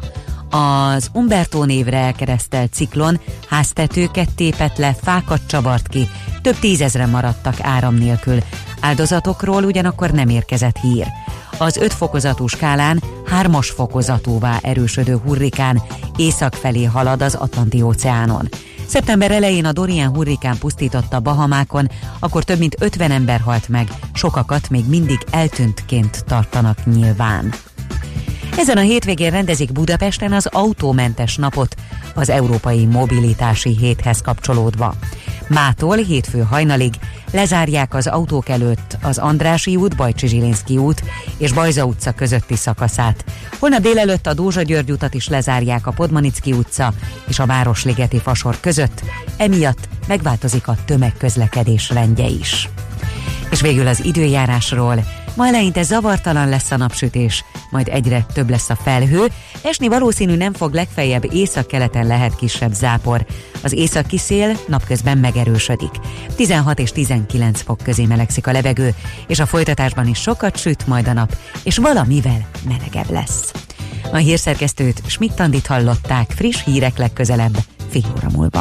Az Umberto névre elkeresztelt ciklon háztetőket tépett le, fákat csavart ki, több 10 000-en maradtak áram nélkül. Áldozatokról ugyanakkor nem érkezett hír. Az 5 fokozatú skálán 3-as fokozatúvá erősödő hurrikán észak felé halad az Atlanti-óceánon. Szeptember elején a Dorian hurrikán pusztította Bahamákon, akkor több mint 50 ember halt meg, sokakat még mindig eltűntként tartanak nyilván. Ezen a hétvégén rendezik Budapesten az autómentes napot az Európai Mobilitási Héthez kapcsolódva. Mától hétfő hajnalig lezárják az autók előtt az Andrássy út, Bajcsi Zsilinszky út és Bajza utca közötti szakaszát. Holnap délelőtt a Dózsa György utat is lezárják a Podmanicki utca és a Városligeti Fasor között, emiatt megváltozik a tömegközlekedés rendje is. És végül az időjárásról. Ma eleinte zavartalan lesz a napsütés, majd egyre több lesz a felhő, esni valószínű nem fog, legfeljebb északkeleten lehet kisebb zápor. Az északi szél napközben megerősödik. 16 és 19 fok közé melegszik a levegő, és a folytatásban is sokat süt majd a nap, és valamivel melegebb lesz. A hírszerkesztőt, Schmidt-Andit hallották, friss hírek legközelebb, fél óra múlva.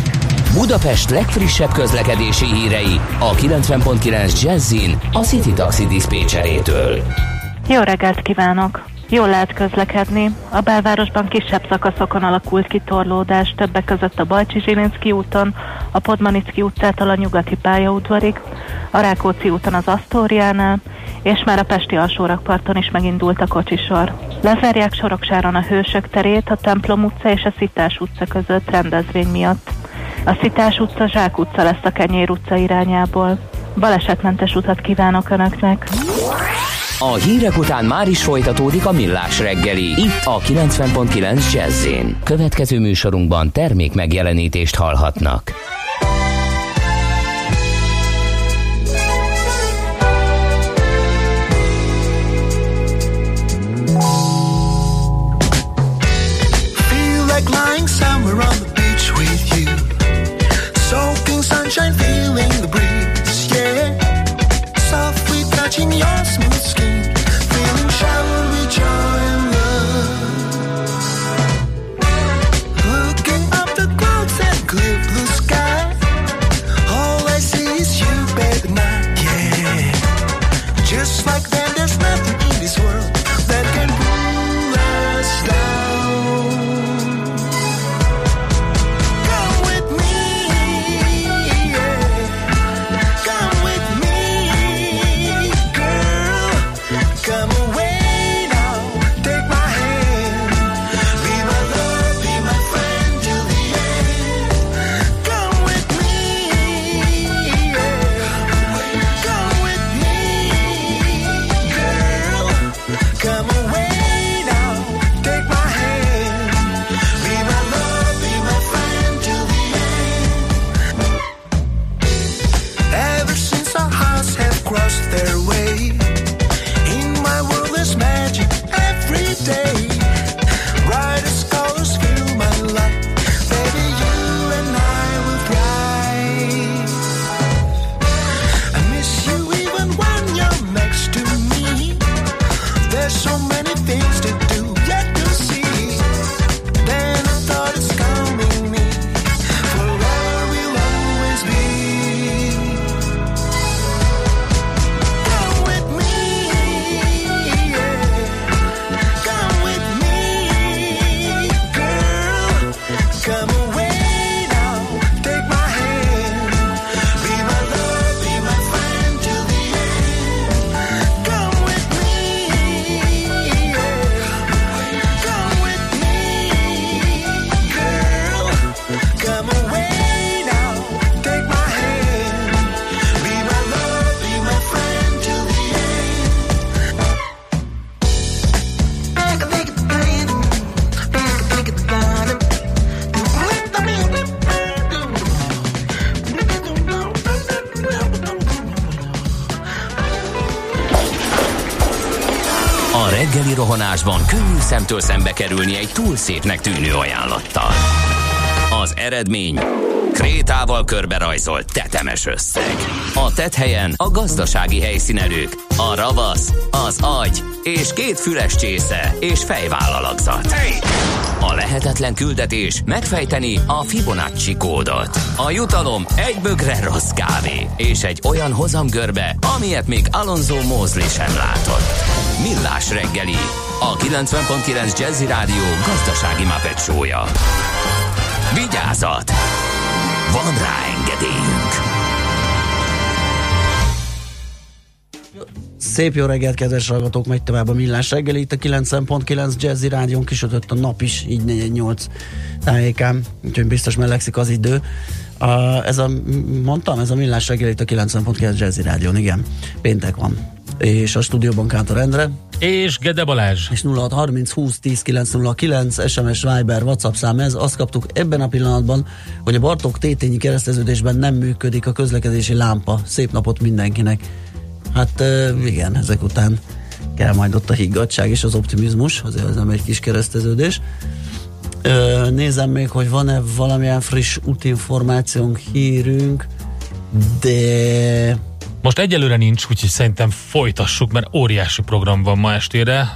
Budapest legfrissebb közlekedési hírei a 90.9 Jazzin a City Taxi diszpécserétől.
Jó reggelt kívánok! Jól lehet közlekedni. A belvárosban kisebb szakaszokon alakult ki torlódás, többek között a Bajcsi Zsilinszky úton, a Podmanicki utcától a Nyugati pályaudvarig, a Rákóczi úton az Asztóriánál, és már a Pesti alsórakparton is megindult a kocsisor. Lezárják Soroksáron a Hősök terét, a Templom utca és a Szitás utca között rendezvény miatt. A Szitás utca Zsák utca lesz a Kenyér utca irányából. Balesetmentes utat kívánok Önöknek!
A hírek után már is folytatódik a Millás reggeli, itt a 90.9 Jazz-én. Következő műsorunkban termék megjelenítést hallhatnak.
Feel like lying somewhere on the beach with you, soaking sunshine, feeling the breeze, yeah, softly touching your smooth skin, feeling showery joy and love, looking up the clouds and clear blue sky, all I see is you, baby, now, yeah, just like that there's nothing in this world that can pull us down. Come with me, yeah, come with me, girl, come away now, take my hand, be my love, be my friend till the end. Come with me, yeah, come with me, girl, away. In my world there's magic every day. Brightest colors fill my life. Baby, you and I will thrive. I miss you even when you're next to me. There's so many things to do, yet to see. Then I thought it's coming me. Forever we'll always be. Come with me, yeah. Come with me, girl. Come away now, take my hand. Be my love, be my friend till the end. Come with me, yeah. Come with me, girl. Come away now, take my hand. Be my love, be my friend till the end.
A reggeli rohanásban könnyű szemtől szembe kerülni egy túl szépnek tűnő ajánlattal. Az eredmény krétával körberajzolt tetemes összeg. A tetthelyen a gazdasági helyszínelők, a ravasz, az agy és 2 füles csésze és fejvállalakzat. A lehetetlen küldetés megfejteni a Fibonacci kódot. A jutalom egy bögre rossz kávé és egy olyan hozamgörbe, amilyet még Alonso Mosley sem látott. Millás reggeli, a 90.9 Jazzy Rádió gazdasági Muppet show-ja. Vigyázat! Van rá engedélyünk!
Szép jó reggelt, kedves hallgatók, megy tovább a Millás reggeli, itt a 90.9 Jazzy Rádión, kisütött a nap is, így 4-8 tájékán, úgyhogy biztos melegszik az idő. Ez a Millás reggeli, itt a 90.9 Jazzy Rádión, igen, péntek van. És a stúdióban Kántor Endre.
És Gede Balázs.
És 0630 20 10 909 SMS, Viber, WhatsApp szám ez. Azt kaptuk ebben a pillanatban, hogy a Bartók-Tétényi kereszteződésben nem működik a közlekedési lámpa. Szép napot mindenkinek. Hát igen, ezek után kell majd ott a higgadtság és az optimizmus, azért ez nem egy kis kereszteződés. Nézem még, hogy van-e valamilyen friss útinformációnk, hírünk, de...
Most egyelőre nincs, úgyhogy szerintem folytassuk, mert óriási program van ma estére.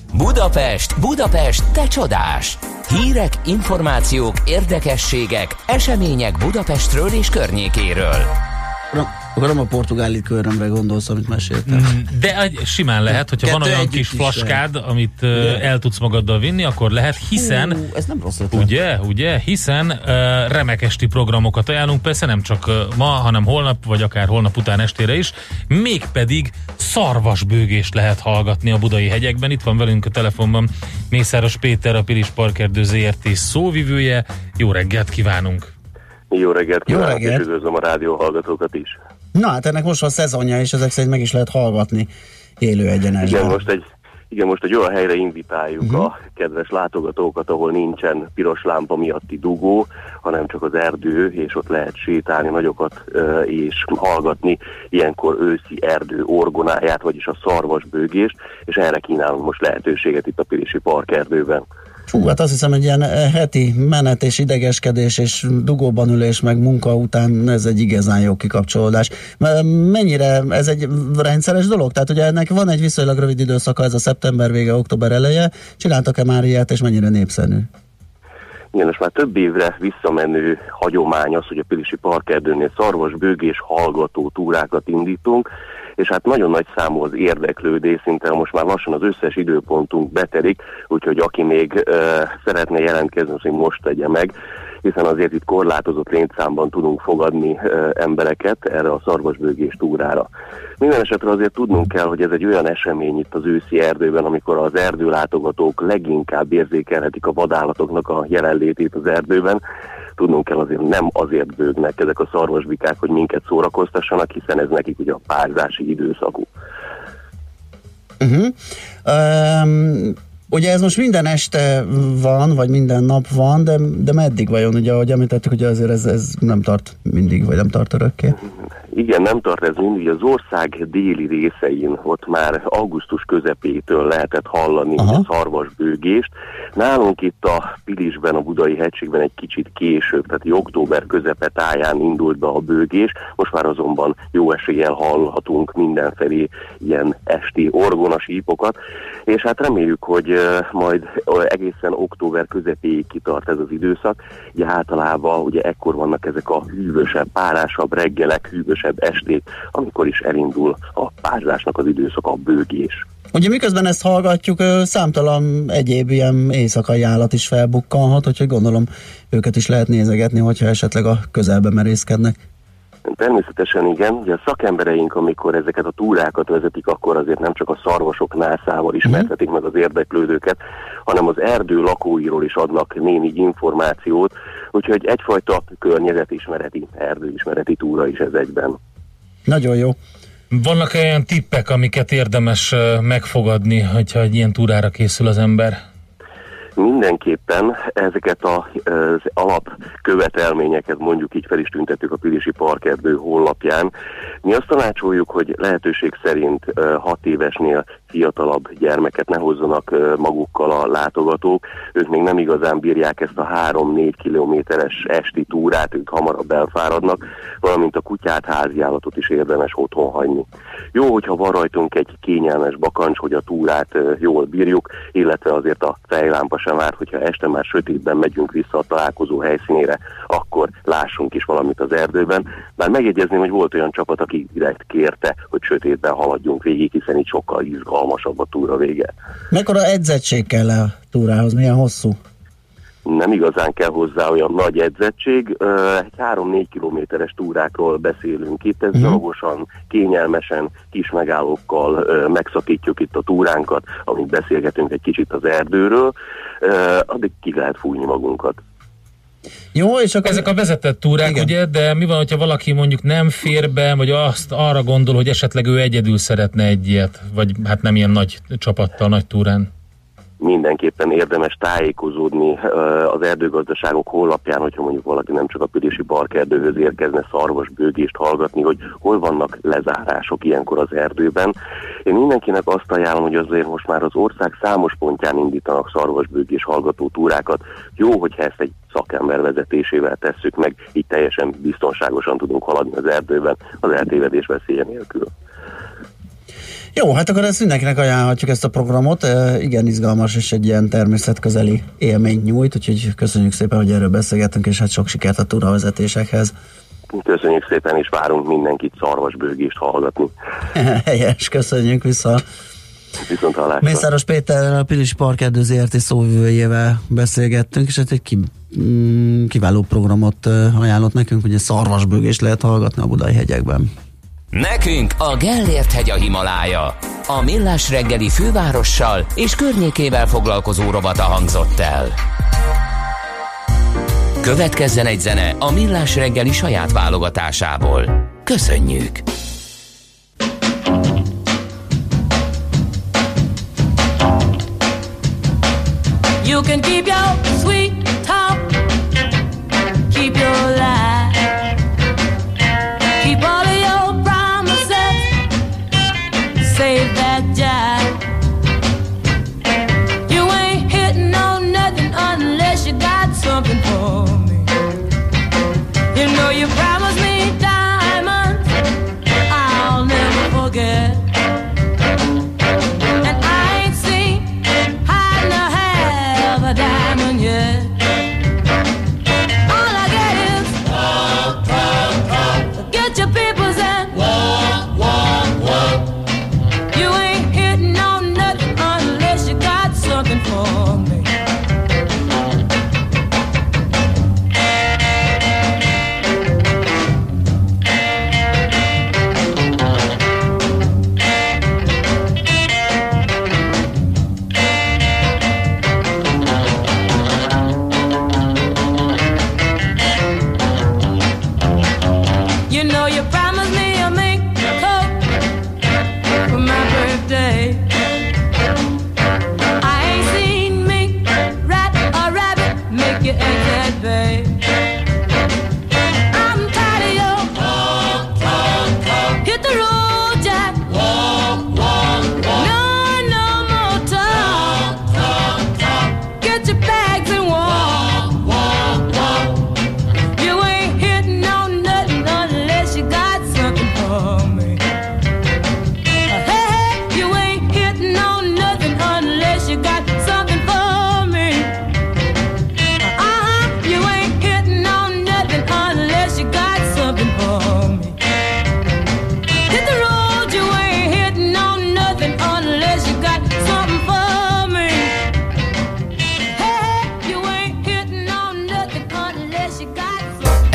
Budapest, te csodás! Hírek, információk, érdekességek, események Budapestről és környékéről.
Akkor nem a portugáli körömre gondolsz, amit meséltem.
De simán lehet, hogyha van olyan kis flaskád, amit el tudsz magaddal vinni, akkor lehet, hiszen
ez nem rossz ötlet.
Ugye, hiszen remek esti programokat ajánlunk, persze nem csak ma, hanem holnap, vagy akár holnap után estére is, mégpedig szarvasbőgést lehet hallgatni a budai hegyekben. Itt van velünk a telefonban Mészáros Péter, a Pilis Parkerdő ZRT szóvivője. Jó reggelt kívánunk!
Jó reggelt kívánok, és üdvözlöm a rádió hallgatókat is.
Na hát ennek most van szezonja, és ezek szerint meg is lehet hallgatni élő egyenesben.
Igen, most egy olyan helyre invitáljuk a kedves látogatókat, ahol nincsen piros lámpa miatti dugó, hanem csak az erdő, és ott lehet sétálni nagyokat és hallgatni ilyenkor őszi erdő orgonáját, vagyis a szarvasbőgést, és erre kínálunk most lehetőséget itt a Pilisi Parkerdőben.
Fú, hát azt hiszem, egy ilyen heti menet és idegeskedés és dugóban ülés meg munka után ez egy igazán jó kikapcsolódás. Mennyire ez egy rendszeres dolog? Tehát ugye ennek van egy viszonylag rövid időszaka, ez a szeptember vége, október eleje. Csináltak-e már ilyet, és mennyire népszerű?
Igen, most már több évre visszamenő hagyomány az, hogy a Pilisi Parkerdőnél szarvasbőgés hallgató túrákat indítunk, és hát nagyon nagy számú az érdeklődés, szinte most már lassan az összes időpontunk betelik, úgyhogy aki még szeretne jelentkezni, az most tegye meg, hiszen azért itt korlátozott létszámban tudunk fogadni embereket erre a szarvasbőgés túrára. Minden esetre azért tudnunk kell, hogy ez egy olyan esemény itt az őszi erdőben, amikor az erdőlátogatók leginkább érzékelhetik a vadállatoknak a jelenlétét az erdőben. Tudnunk kell, azért nem azért bőgnek ezek a szarvasbikák, hogy minket szórakoztassanak, hiszen ez nekik ugye a párzási időszakú.
Ugye ez most minden este van, vagy minden nap van, de meddig vajon? Ugye, ahogy említettük, hogy azért ez nem tart mindig, vagy nem tart örökké?
Igen, nem tart ez mindig. Az ország déli részein ott már augusztus közepétől lehetett hallani a szarvasbőgést. Nálunk itt a Pilisben, a Budai hegységben egy kicsit később, tehát október közepe táján indult be a bőgés. Most már azonban jó eséllyel hallhatunk mindenfelé ilyen esti orgonasípokat, és hát reméljük, hogy majd egészen október közepéig kitart ez az időszak. Ugye általában ugye ekkor vannak ezek a hűvösebb, párásabb reggelek, hűvösebb esték, amikor is elindul a párzásnak az időszak, a bőgés.
Ugye miközben ezt hallgatjuk, számtalan egyéb ilyen éjszakai állat is felbukkanhat, úgyhogy gondolom őket is lehet nézegetni, hogyha esetleg a közelbe merészkednek.
Természetesen igen. Ugye a szakembereink, amikor ezeket a túrákat vezetik, akkor azért nem csak a szarvasok nászával ismertetik meg az érdeklődőket, hanem az erdő lakóiról is adnak némi információt, úgyhogy egyfajta környezetismereti, erdőismereti túra is ez egyben.
Nagyon jó.
Vannak olyan tippek, amiket érdemes megfogadni, hogyha egy ilyen túrára készül az ember?
Mindenképpen ezeket az alapkövetelményeket mondjuk így fel is tüntettük a Pilisi Parkerdő honlapján. Mi azt tanácsoljuk, hogy lehetőség szerint 6 évesnél fiatalabb gyermeket ne hozzanak magukkal a látogatók. Ők még nem igazán bírják ezt a 3-4 kilométeres esti túrát, ők hamarabb elfáradnak, valamint a kutyát, háziállatot is érdemes otthon hagyni. Jó, hogyha van rajtunk egy kényelmes bakancs, hogy a túrát jól bírjuk, illetve azért a fejlámpa sem árt, hogyha este már sötétben megyünk vissza a találkozó helyszínére, akkor lássunk is valamit az erdőben. Bár megjegyezném, hogy volt olyan csapat, aki direkt kérte, hogy sötétben haladjunk végig, hiszen így sokkal izgalmasabb a túra vége.
Mekkora edzettség kell a túrához? Milyen hosszú?
Nem igazán kell hozzá olyan nagy edzettség, 3-4 kilométeres túrákról beszélünk itt, ez gyalogosan, kényelmesen, kis megállókkal megszakítjuk itt a túránkat, amint beszélgetünk egy kicsit az erdőről, addig ki lehet fújni magunkat.
Jó, és akkor...
Ezek a vezetett túrák, igen. Ugye, de mi van, hogyha valaki mondjuk nem fér be, vagy arra gondol, hogy esetleg ő egyedül szeretne egy ilyet, vagy hát nem ilyen nagy csapattal, nagy túrán?
Mindenképpen érdemes tájékozódni az erdőgazdaságok honlapján, hogyha mondjuk valaki nem csak a Pilisi Parkerdőhöz érkezne szarvasbőgést hallgatni, hogy hol vannak lezárások ilyenkor az erdőben. Én mindenkinek azt ajánlom, hogy azért most már az ország számos pontján indítanak szarvasbőgés hallgató túrákat. Jó, hogyha ezt egy szakember vezetésével tesszük meg, így teljesen biztonságosan tudunk haladni az erdőben, az eltévedés veszélye nélkül.
Jó, hát akkor ezt mindenkinek ajánlhatjuk, ezt a programot. Igen izgalmas és egy ilyen természetközeli élményt nyújt, úgyhogy köszönjük szépen, hogy erről beszélgettünk, és hát sok sikert a túravezetésekhez.
Köszönjük szépen, és várunk mindenkit szarvasbőgést hallgatni.
Helyes, köszönjük vissza.
Viszonthallásra.
Mészáros Péterrel, a Pilisi Parkerdő ZRT szóvivőjével beszélgettünk, és hát egy kiváló programot ajánlott nekünk, hogy szarvasbőgést lehet hallgatni a Budai hegyekben.
Nekünk a Gellért hegy a Himalája. A Millás reggeli fővárossal és környékével foglalkozó rovata hangzott el. Következzen egy zene a Millás reggeli saját válogatásából. Köszönjük!
You can keep your sweet talk, keep your lie, keep all of your promises, save that jive. You ain't hitting on nothing unless you got something for me. You know you promised me diamonds, I'll never forget.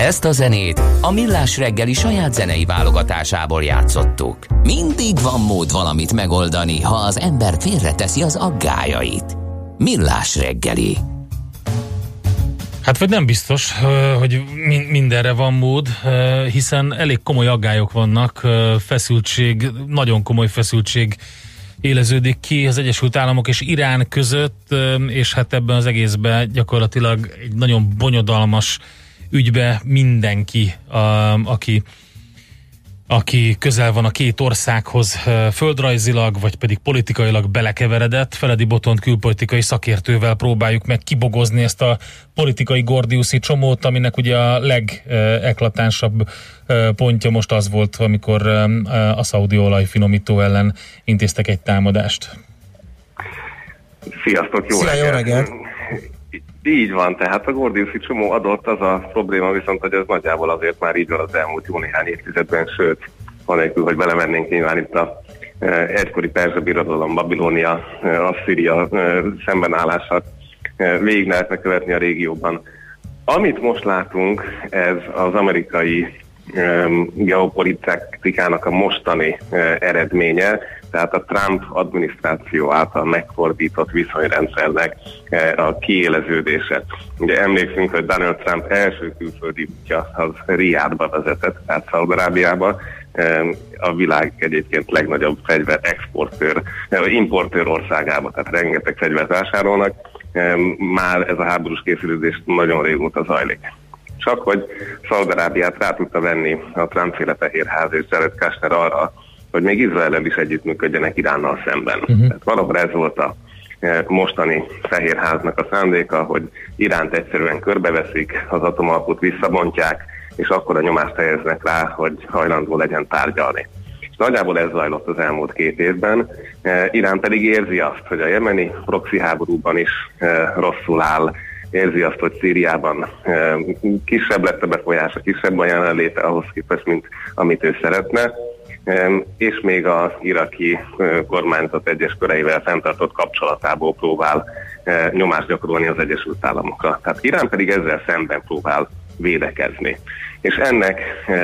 Ezt a zenét a Millás reggeli saját zenei válogatásából játszottuk. Mindig van mód valamit megoldani, ha az ember félreteszi az aggályait. Millás reggeli.
Hát vagy nem biztos, hogy mindenre van mód, hiszen elég komoly aggályok vannak, feszültség, nagyon komoly feszültség éleződik ki az Egyesült Államok és Irán között, és hát ebben az egészben gyakorlatilag egy nagyon bonyodalmas ügybe mindenki, aki közel van a két országhoz földrajzilag, vagy pedig politikailag belekeveredett. Feledi Botont külpolitikai szakértővel próbáljuk meg kibogozni ezt a politikai gordiuszi csomót, aminek ugye a legeklatánsabb pontja most az volt, amikor a szaudi olajfinomító ellen intéztek egy támadást.
Sziasztok, jó reggelt! Így van, tehát a gordiuszi csomó adott, az a probléma viszont, hogy ez nagyjából azért már így van az elmúlt jó néhány évtizedben, sőt, anélkül, hogy belemennénk nyilván itt a egykori Perzsa Birodalom, Babilónia, Asszíria szembenállását végig lehetne követni a régióban. Amit most látunk, ez az amerikai geopolitikának a mostani eredménye, tehát a Trump adminisztráció által megfordított viszonyrendszernek a kiéleződése. Ugye emlékszünk, hogy Donald Trump első külföldi útja az Riádba vezetett, tehát Szaúd-Arábiába, a világ egyébként legnagyobb fegyver exportőr, importőr országába, tehát rengeteg fegyvert vásárolnak. Már ez a háborús készülődés nagyon régóta zajlik. Csak hogy Szaúd-Arábiát rá tudta venni a Trump-féle Fehérház és Jared Kushner arra, hogy még Izraellel is együttműködjenek Iránnal szemben. Tehát valahol ez volt a mostani Fehérháznak a szándéka, hogy Iránt egyszerűen körbeveszik, az atomalput visszabontják, és akkor a nyomást helyeznek rá, hogy hajlandó legyen tárgyalni. És nagyjából ez zajlott az elmúlt 2 évben. Irán pedig érzi azt, hogy a jemeni proxy háborúban is rosszul áll, érzi azt, hogy Szíriában kisebb lett a befolyása, kisebb a jelenléte ahhoz képest, mint amit ő szeretne, és még az iraki kormányzat egyes köreivel fenntartott kapcsolatából próbál nyomást gyakorolni az Egyesült Államokra. Tehát Irán pedig ezzel szemben próbál védekezni. És ennek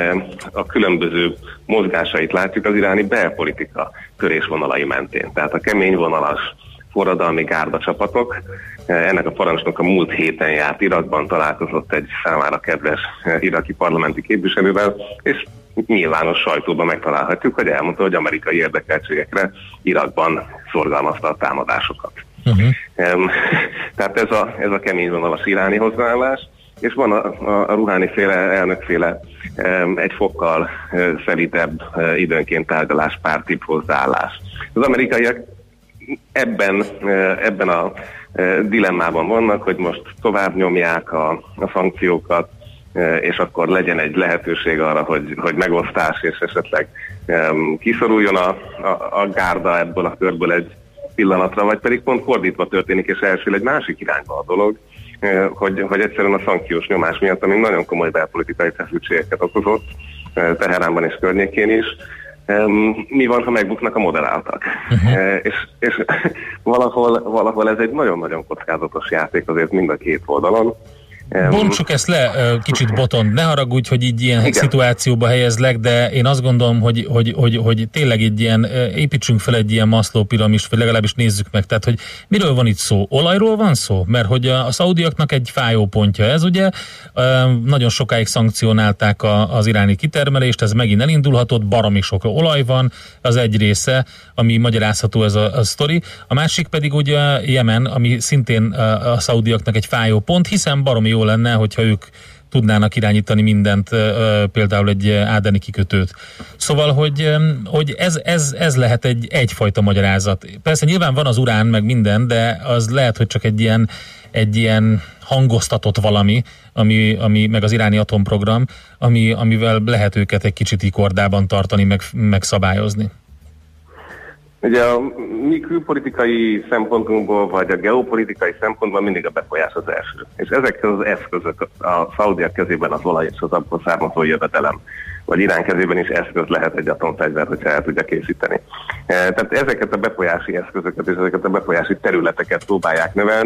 a különböző mozgásait látjuk az iráni belpolitika törésvonalai mentén. Tehát a kemény vonalas forradalmi gárda csapatok. Ennek a parancsnok a múlt héten járt Irakban, találkozott egy számára kedves iraki parlamenti képviselővel, és nyilvános sajtóban megtalálhatjuk, hogy elmondta, hogy amerikai érdekeltségekre Irakban szorgalmazta a támadásokat. Tehát ez a kemény vonalas iráni hozzáállás, és van a Ruhani-féle, elnökféle egy fokkal szelidebb, időnként tárgyaláspártibb hozzáállás. Az amerikaiak ebben a dilemmában vannak, hogy most tovább nyomják a szankciókat, és akkor legyen egy lehetőség arra, hogy megosztás, és esetleg kiszoruljon a gárda ebből a körből egy pillanatra, vagy pedig pont fordítva történik, és elsül egy másik irányba a dolog, hogy egyszerűen a szankciós nyomás miatt, ami nagyon komoly belpolitikai feszültségeket okozott, Teheránban és környékén is, mi van, ha megbuknak a moderáltak. És valahol ez egy nagyon-nagyon kockázatos játék azért mind a két oldalon.
Bontsuk ezt le kicsit, Botond, ne haragudj, hogy így ilyen szituációba helyezlek, de én azt gondolom, hogy tényleg egy ilyen, építsünk fel egy ilyen Maslow piramist, vagy legalábbis nézzük meg, tehát hogy miről van itt szó? Olajról van szó? Mert hogy a szaudiaknak egy fájó pontja ez, ugye, nagyon sokáig szankcionálták az iráni kitermelést, ez megint elindulhatott, baromi sok olaj van, az egy része, ami magyarázható ez a sztori, a másik pedig ugye Jemen, ami szintén a szaudiaknak egy fájó pont, hiszen baromi jó lenne, hogyha ők tudnának irányítani mindent, például egy ádeni kikötőt. Szóval, hogy ez lehet egyfajta magyarázat. Persze nyilván van az urán, meg minden, de az lehet, hogy csak egy ilyen hangoztatott valami, ami meg az iráni atomprogram, amivel lehet őket egy kicsit kordában tartani, meg szabályozni.
Ugye a mi külpolitikai szempontunkból, vagy a geopolitikai szempontból mindig a befolyás az első. És ezek az eszközök, a szaudiak kezében az olaj és az abból származó jövedelem, vagy Irán kezében is eszköz lehet egy atomfegyver, hogyha el tudja készíteni. Tehát ezeket a befolyási eszközöket és ezeket a befolyási területeket próbálják növelni,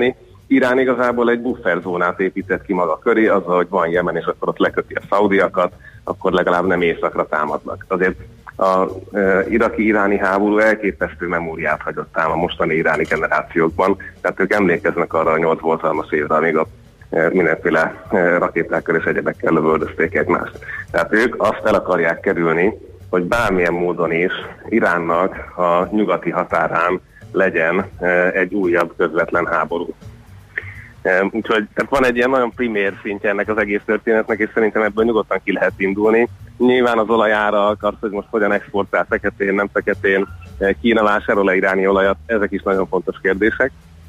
Irán igazából egy bufferzónát épített ki maga köré, azzal, hogy van Jemen, és akkor ott leköti a szaudiakat, akkor legalább nem északra támadnak. Azért az iraki-iráni háború elképesztő memóriát hagyott ám a mostani iráni generációkban, tehát ők emlékeznek arra a 8 borzalmas évre, amíg a mindenféle rakétákkal és egyebekkel lövöldözték egymást. Tehát ők azt el akarják kerülni, hogy bármilyen módon is Iránnak a nyugati határán legyen egy újabb közvetlen háború. Úgyhogy tehát van egy ilyen nagyon primér szintje ennek az egész történetnek, és szerintem ebből nyugodtan ki lehet indulni. Nyilván az olajárak, az, hogy most hogyan exportál feketén, nem feketén, Kína vásárol-e iráni olajat, ezek is nagyon fontos kérdések.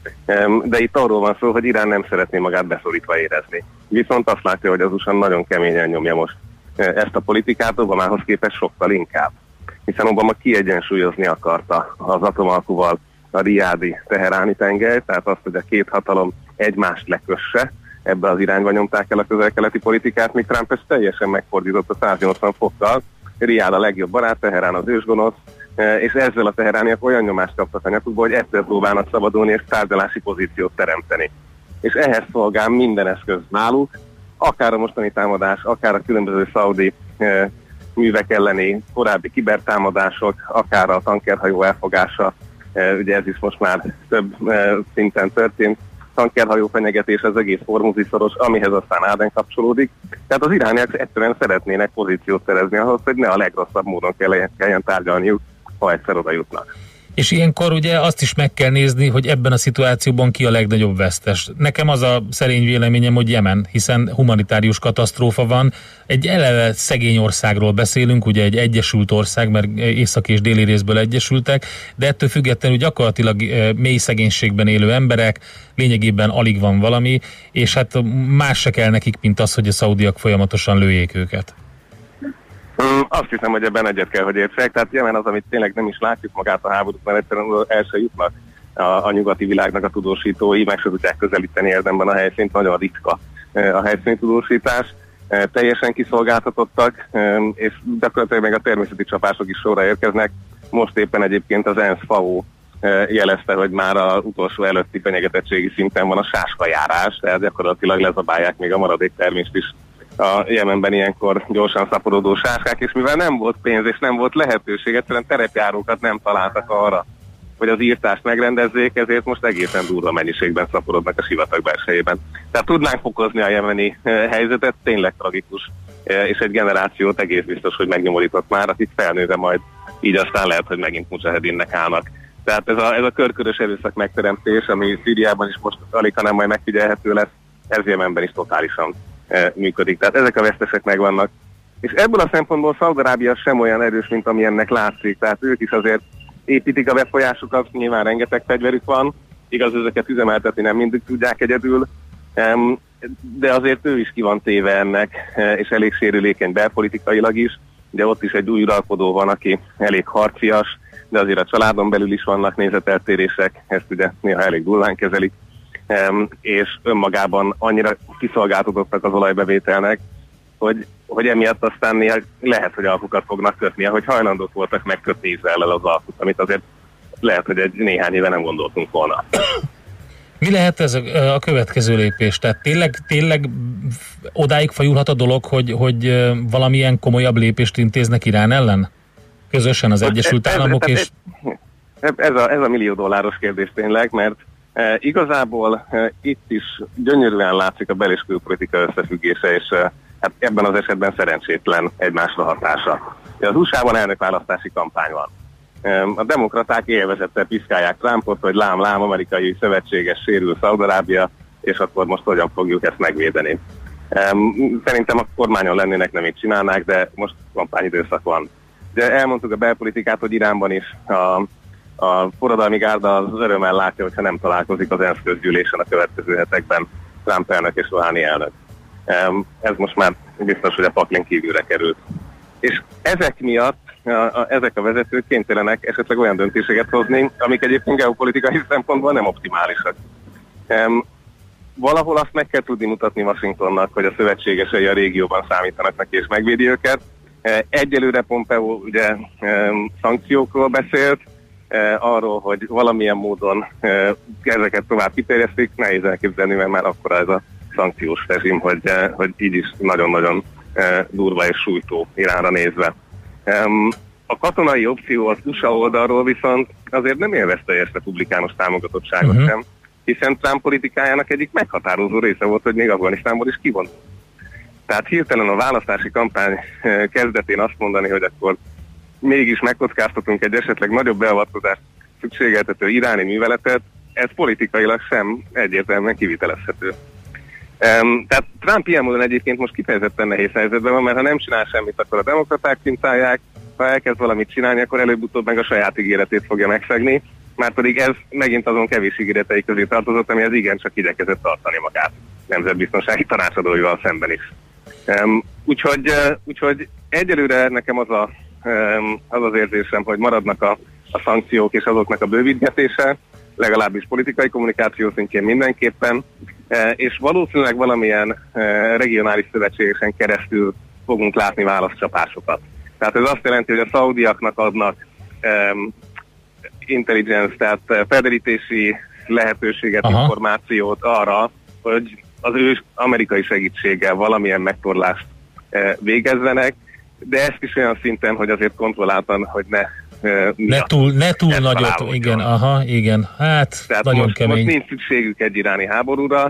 De itt arról van szó, hogy Irán nem szeretné magát beszorítva érezni. Viszont azt látja, hogy az USA nagyon keményen nyomja most ezt a politikát, Obamához képest sokkal inkább. Hiszen Obama kiegyensúlyozni akarta az atomalkuval a riádi teheráni tengelyt, tehát azt, hogy a két hatalom egymást lekösse, ebbe az irányba nyomták el a közel-keleti politikát, míg Trump ezt teljesen megfordított a 180 fokkal. Riád a legjobb barát, Teherán az ősgonosz, és ezzel a teherániak olyan nyomást kaptak a nyakukba, hogy ettől próbálnak szabadulni és tárgyalási pozíciót teremteni. És ehhez szolgál minden eszköz náluk, akár a mostani támadás, akár a különböző szaudi művek elleni korábbi kibertámadások, akár a tankerhajó elfogása, ugye ez is most már több szinten történt, tankerhajó fenyegetés, az egész Hormuzi-szoros, amihez aztán Áden kapcsolódik. Tehát az irániak egyszerűen szeretnének pozíciót szerezni ahhoz, hogy ne a legrosszabb módon kelljen tárgyalniuk, ha egyszer oda jutnak.
És ilyenkor ugye azt is meg kell nézni, hogy ebben a szituációban ki a legnagyobb vesztes. Nekem az a szerény véleményem, hogy Jemen, hiszen humanitárius katasztrófa van. Egy eleve szegény országról beszélünk, ugye egy egyesült ország, mert északi és déli részből egyesültek, de ettől függetlenül gyakorlatilag mély szegénységben élő emberek, lényegében alig van valami, és hát más se kell nekik, mint az, hogy a szaudiak folyamatosan lőjék őket.
Azt hiszem, hogy ebben egyet kell, hogy értsek. Tehát Jemen az, amit tényleg nem is látjuk magát a háborút, mert egyszerűen el se jutnak a nyugati világnak a tudósítói, meg se tudják közelíteni érdemben a helyszínt, nagyon ritka a helyszíni tudósítás. Teljesen kiszolgáltatottak, és gyakorlatilag még a természeti csapások is sorra érkeznek. Most éppen egyébként az ENSZ-FAO jelezte, hogy már az utolsó előtti fenyegetettségi szinten van a sáskajárás, tehát gyakorlatilag lezabálják még a maradék termést is a Jemenben ilyenkor gyorsan szaporodó sáskák, és mivel nem volt pénz és nem volt lehetőség, egyszerűen terepjárókat nem találtak arra, hogy az írtást megrendezzék, ezért most egészen durva mennyiségben szaporodnak a sivatag belsejében. Tehát tudnánk fokozni a jemeni helyzetet, tényleg tragikus, és egy generációt egész biztos, hogy megnyomorított már, akik felnőve majd így aztán lehet, hogy megint mujahedinnek állnak. Tehát ez a körkörös erőszak megteremtés, ami Szíriában is most alig, hanem majd megfigyelhető lesz, ez Jemenben is totálisan működik. Tehát ezek a vesztesek megvannak. És ebből a szempontból Szaúd-Arábia sem olyan erős, mint ami ennek látszik. Tehát ők is azért építik a befolyásukat, nyilván rengeteg fegyverük van, igaz, ezeket üzemeltetni nem mindig tudják egyedül, de azért ő is ki van téve ennek, és elég sérülékeny belpolitikailag is. Ugye ott is egy új uralkodó van, aki elég harcias, de azért a családon belül is vannak nézeteltérések, ezt ugye néha elég durván kezelik, és önmagában annyira kiszolgáltatottak az olajbevételnek, hogy emiatt aztán néha lehet, hogy alkukat fognak kötni, ahogy hajlandók voltak megkötni Izraellel az alkut, amit azért lehet, hogy egy néhány éve nem gondoltunk volna.
Mi lehet ez a következő lépés? Tehát tényleg odáig fajulhat a dolog, hogy valamilyen komolyabb lépést intéznek Irán ellen? Közösen az Egyesült Államok és...
Ez a millió dolláros kérdés tényleg, mert igazából itt is gyönyörűen látszik a bel- és külpolitika összefüggése, és hát ebben az esetben szerencsétlen egymásra hatása. Az USA-ban elnökválasztási kampány van. A demokraták élvezettel piszkálják Trumpot, hogy lám, amerikai szövetséges sérül Szaúd-Arábia, és akkor most hogyan fogjuk ezt megvédeni. Szerintem a kormányon lennének, nem így csinálnák, de most kampányidőszak van. De elmondtuk a belpolitikát, hogy Iránban is a forradalmi gárda az örömmel látja, hogyha nem találkozik az ENSZ közgyűlésen a következő hetekben Trump elnök és Rouhani elnök. Ez most már biztos, hogy a paklin kívülre került. És ezek miatt ezek a vezetők kénytelenek esetleg olyan döntéseket hozni, amik egyébként geopolitikai szempontból nem optimálisak. Valahol azt meg kell tudni mutatni Washingtonnak, hogy a szövetségesei a régióban számítanak neki és megvédi őket. Egyelőre Pompeo ugye szankciókról beszélt, arról, hogy valamilyen módon ezeket tovább kiterjesztik, nehéz elképzelni, mert már akkora ez a szankciós rezsim, hogy így is nagyon-nagyon durva és sújtó Iránra nézve. A katonai opció az USA oldalról viszont azért nem élvez teljes republikánus támogatottságot sem, hiszen Trump politikájának egyik meghatározó része volt, hogy még Afganisztánból is kivonult. Tehát hirtelen a választási kampány kezdetén azt mondani, hogy akkor mégis megkockáztatunk egy esetleg nagyobb beavatkozást szükségeltető iráni műveletet, ez politikailag sem egyértelműen kivitelezhető. Tehát Trump ilyen módon egyébként most kifejezetten nehéz helyzetben van, mert ha nem csinál semmit, akkor a demokraták cintálják, ha elkezd valamit csinálni, akkor előbb-utóbb meg a saját ígéretét fogja megszegni, márpedig ez megint azon kevés ígéretei közé tartozott, ami az igencsak igyekezett tartani magát nemzetbiztonsági tanácsadóival szemben is. Úgyhogy egyelőre nekem az az érzésem, hogy maradnak a szankciók és azoknak a bővítgetése, legalábbis politikai kommunikáció szintjén mindenképpen, és valószínűleg valamilyen regionális szövetségeken keresztül fogunk látni válaszcsapásokat. Tehát ez azt jelenti, hogy a szaudiaknak adnak intelligence, tehát felderítési lehetőséget, információt arra, hogy az ő amerikai segítséggel valamilyen megtorlást végezzenek, de ezt is olyan szinten, hogy azért kontrolláltan, hogy ne
túl nagyot, igen, igen, hát
tehát
nagyon
most
kemény.
Most nincs szükségük egy iráni háborúra.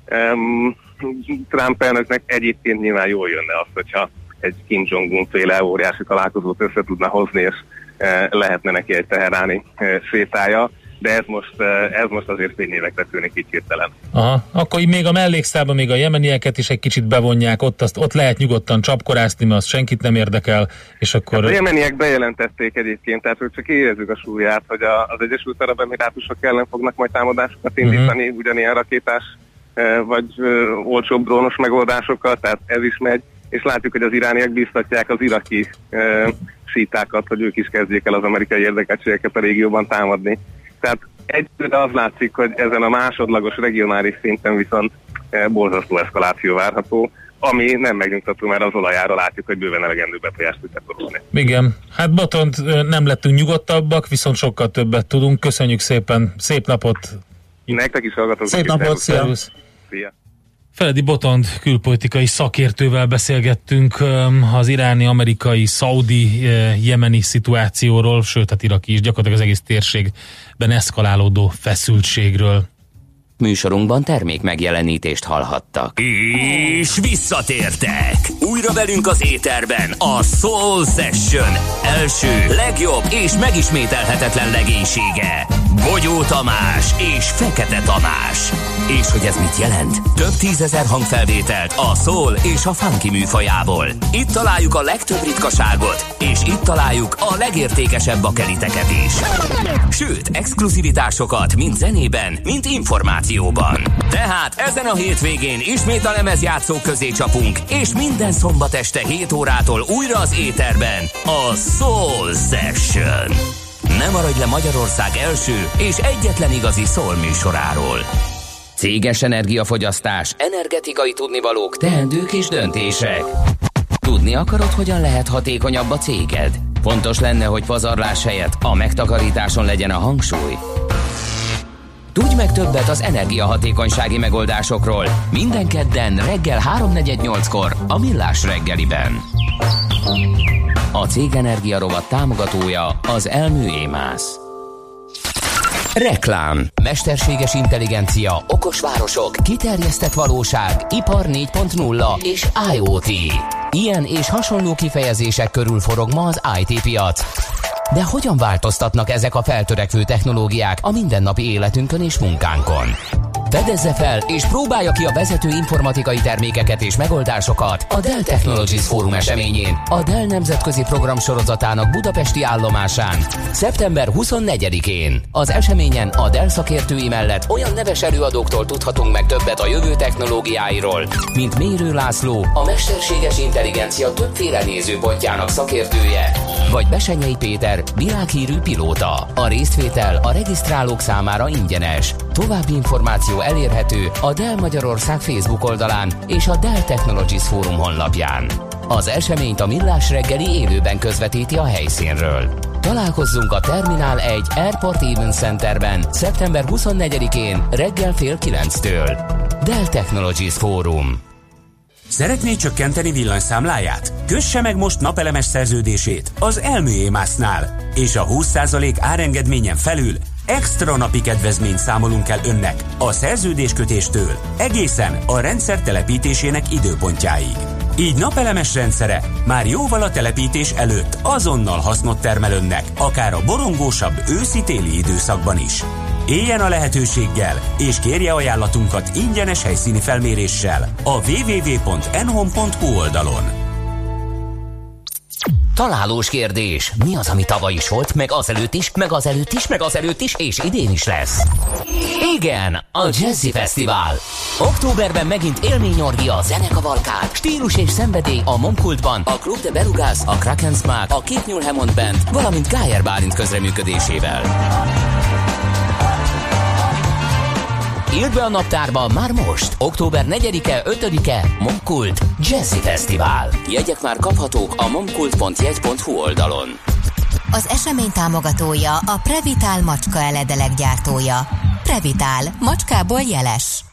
Trump elnöknek egyébként nyilván jól jönne az, hogyha egy Kim Jong-un féle óriási találkozót össze tudna hozni, és lehetne neki egy teheráni sétája, de ez most azért fényévekre tűnik így hirtelen.
Akkor még a mellékszában még a jemenieket is egy kicsit bevonják, ott lehet nyugodtan csapkorászni, mert az senkit nem érdekel, és akkor...
Hát a jemeniek bejelentették egyébként, tehát hogy csak érezzük a súlyát, hogy az Egyesült Arab Emirátusok ellen fognak majd támadásokat indítani, ugyanilyen rakétás vagy olcsóbb drónos megoldásokkal, tehát ez is megy, és látjuk, hogy az irániak bíztatják az iraki sítákat, hogy ők is kezdjék el az amerikai érdekeltségeket a régióban támadni. Tehát egyszerűen az látszik, hogy ezen a másodlagos regionális szinten viszont borzasztó eszkaláció várható, ami nem megnyugtató, mert az olajára látjuk, hogy bőven elegendő befolyást tud gyakorolni.
Igen, hát Botond nem lettünk nyugodtabbak, viszont sokkal többet tudunk. Köszönjük szépen, szép napot!
Nektek is hallgatok.
Szép napot, szia!
Feledi Botond külpolitikai szakértővel beszélgettünk az iráni, amerikai, szaudi, jemeni szituációról, sőt, hát iraki is, gyakorlatilag az egész térségben eszkalálódó feszültségről.
Műsorunkban termék megjelenítést hallhattak. És visszatértek! Újra velünk az éterben a Soul Session első, legjobb és megismételhetetlen legénysége. Bogyó Tamás és Fekete Tamás. És hogy ez mit jelent? Több 10 000 hangfelvételt a soul és a funky műfajából. Itt találjuk a legtöbb ritkaságot, és itt találjuk a legértékesebb bakeliteket is. Sőt, exkluzivitásokat mind zenében, mind információban. Tehát ezen a hétvégén ismét a lemezjátszók közé csapunk, és minden szombat este 7 órától újra az éterben a Soul Session. Ne maradj le Magyarország első és egyetlen igazi soul műsoráról. Céges energiafogyasztás, energetikai tudnivalók, teendők és döntések. Tudni akarod, hogyan lehet hatékonyabb a céged? Fontos lenne, hogy pazarlás helyett a megtakarításon legyen a hangsúly. Tudj meg többet az energiahatékonysági megoldásokról minden kedden reggel 3:48-kor a Millás reggeliben. A Cégenergia rovat támogatója az Elmű Émász. Reklám. Mesterséges intelligencia, okos városok, kiterjesztett valóság, ipar 4.0 és IoT. Ilyen és hasonló kifejezések körül forog ma az IT-piac. De hogyan változtatnak ezek a feltörekvő technológiák a mindennapi életünkön és munkánkon? Fedezze fel és próbálja ki a vezető informatikai termékeket és megoldásokat a Dell Technologies Fórum eseményén, a Dell nemzetközi program sorozatának budapesti állomásán, szeptember 24-én. Az eseményen a Dell szakértői mellett olyan neves előadóktól tudhatunk meg többet a jövő technológiáiról, mint Mérő László, a mesterséges intelligencia többféle nézőpontjának szakértője, vagy Besenyei Péter, világhírű pilóta. A résztvétel a regisztrálók számára ingyenes. További információ elérhető a Dell Magyarország Facebook oldalán és a Dell Technologies Fórum honlapján. Az eseményt a Millás reggeli élőben közvetíti a helyszínről. Találkozzunk a Terminál 1 Airport Event Centerben szeptember 24-én reggel fél 9-től. Dell Technologies Fórum.
Szeretné csökkenteni villanyszámláját? Kösse meg most napelemes szerződését az Elmű-Émásznál, és a 20% árengedményen felül extra napi kedvezményt számolunk el önnek a szerződéskötéstől egészen a rendszer telepítésének időpontjáig. Így napelemes rendszere már jóval a telepítés előtt azonnal hasznot termel önnek, akár a borongósabb őszi-téli időszakban is. Éljen a lehetőséggel, és kérje ajánlatunkat ingyenes helyszíni felméréssel a www.enhome.hu oldalon.
Találós kérdés. Mi az, ami tavaly is volt, meg azelőtt is, meg azelőtt is, meg azelőtt is, és idén is lesz? Igen, a Jazzy Fesztivál. Októberben megint élményorgia, zenekavalkád, stílus és szenvedély a Momkultban, a Club de Belugas, a Krakensmák, a Keith Newell Hammond Band, valamint Gájer Bálint közreműködésével. Írd be a naptárba már most! Október 4-e, 5-e Momkult Jazzy Fesztivál. Jegyek már kaphatók a momkult.jegy.hu oldalon.
Az esemény támogatója a Previtál macska eledelek gyártója. Previtál, macskából jeles.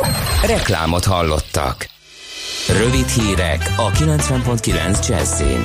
Reklámot hallottak. Rövid hírek a 90.9 Jazzyn.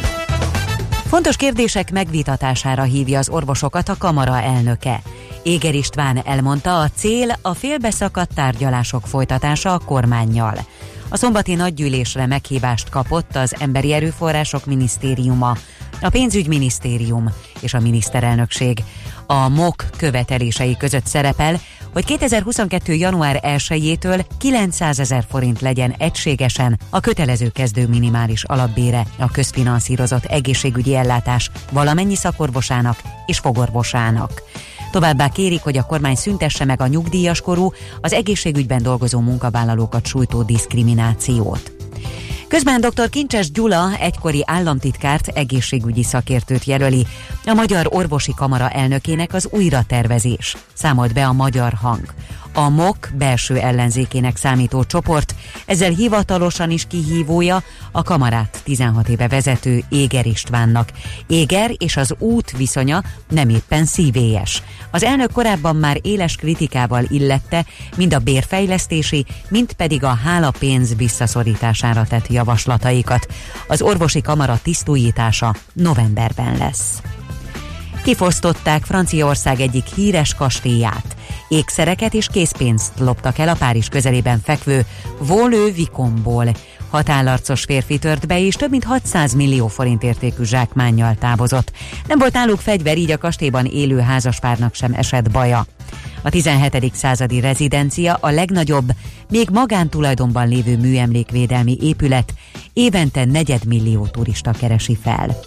Fontos kérdések megvitatására hívja az orvosokat a kamara elnöke. Éger István elmondta, a cél a félbeszakadt tárgyalások folytatása a kormánnyal. A szombati nagygyűlésre meghívást kapott az Emberi Erőforrások Minisztériuma, a Pénzügyminisztérium és a miniszterelnökség. A MOK követelései között szerepel, hogy 2022. január 1-től 900 000 forint legyen egységesen a kötelező kezdő minimális alapbére a közfinanszírozott egészségügyi ellátás valamennyi szakorvosának és fogorvosának. Továbbá kérik, hogy a kormány szüntesse meg a nyugdíjas korú, az egészségügyben dolgozó munkavállalókat sújtó diszkriminációt. Közben dr. Kincses Gyula egykori államtitkárt, egészségügyi szakértőt jelöli a Magyar Orvosi Kamara elnökének az újratervezés, számolt be a Magyar Hang. A MOK belső ellenzékének számító csoport, ezzel hivatalosan is kihívója a kamarát 16 éve vezető Éger Istvánnak. Éger és az út viszonya nem éppen szívélyes. Az elnök korábban már éles kritikával illette mind a bérfejlesztési, mind pedig a hálapénz visszaszorítására tett javaslataikat. Az orvosi kamara tisztújítása novemberben lesz. Kifosztották Franciaország egyik híres kastélyát. Ékszereket és készpénzt loptak el a Párizs közelében fekvő Vaux-le-Vicombe-ból. 6 állarcos férfi tört be, és több mint 600 millió forint értékű zsákmánnyal távozott. Nem volt náluk fegyver, így a kastélyban élő házaspárnak sem esett baja. A 17. századi rezidencia a legnagyobb, még magántulajdonban lévő műemlékvédelmi épület, évente 4 millió turista keresi fel.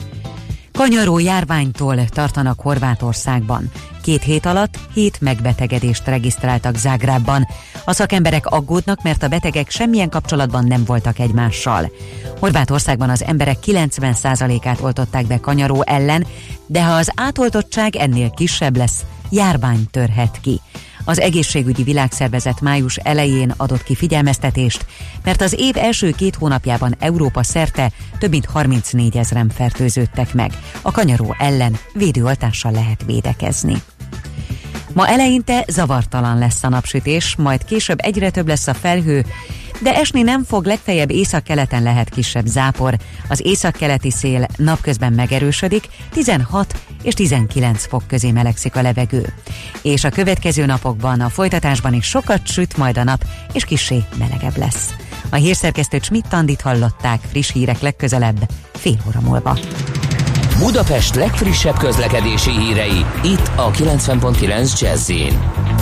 Kanyaró járványtól tartanak Horvátországban. 2 hét alatt 7 megbetegedést regisztráltak Zágrábban. A szakemberek aggódnak, mert a betegek semmilyen kapcsolatban nem voltak egymással. Horvátországban az emberek 90%-át oltották be kanyaró ellen, de ha az átoltottság ennél kisebb lesz, járvány törhet ki. Az Egészségügyi Világszervezet május elején adott ki figyelmeztetést, mert az év első 2 hónapjában Európa szerte több mint 34 000-en fertőződtek meg. A kanyaró ellen védőoltással lehet védekezni. Ma eleinte zavartalan lesz a napsütés, majd később egyre több lesz a felhő, de esni nem fog, legfeljebb északkeleten lehet kisebb zápor. Az északkeleti szél napközben megerősödik, 16 és 19 fok közé melegszik a levegő. És a következő napokban, a folytatásban is sokat süt majd a nap, és kissé melegebb lesz. A hírszerkesztőt Schmidt-Tandit hallották, friss hírek legközelebb, fél óra múlva.
Budapest legfrissebb közlekedési hírei, itt a 90.9 Jazz-in.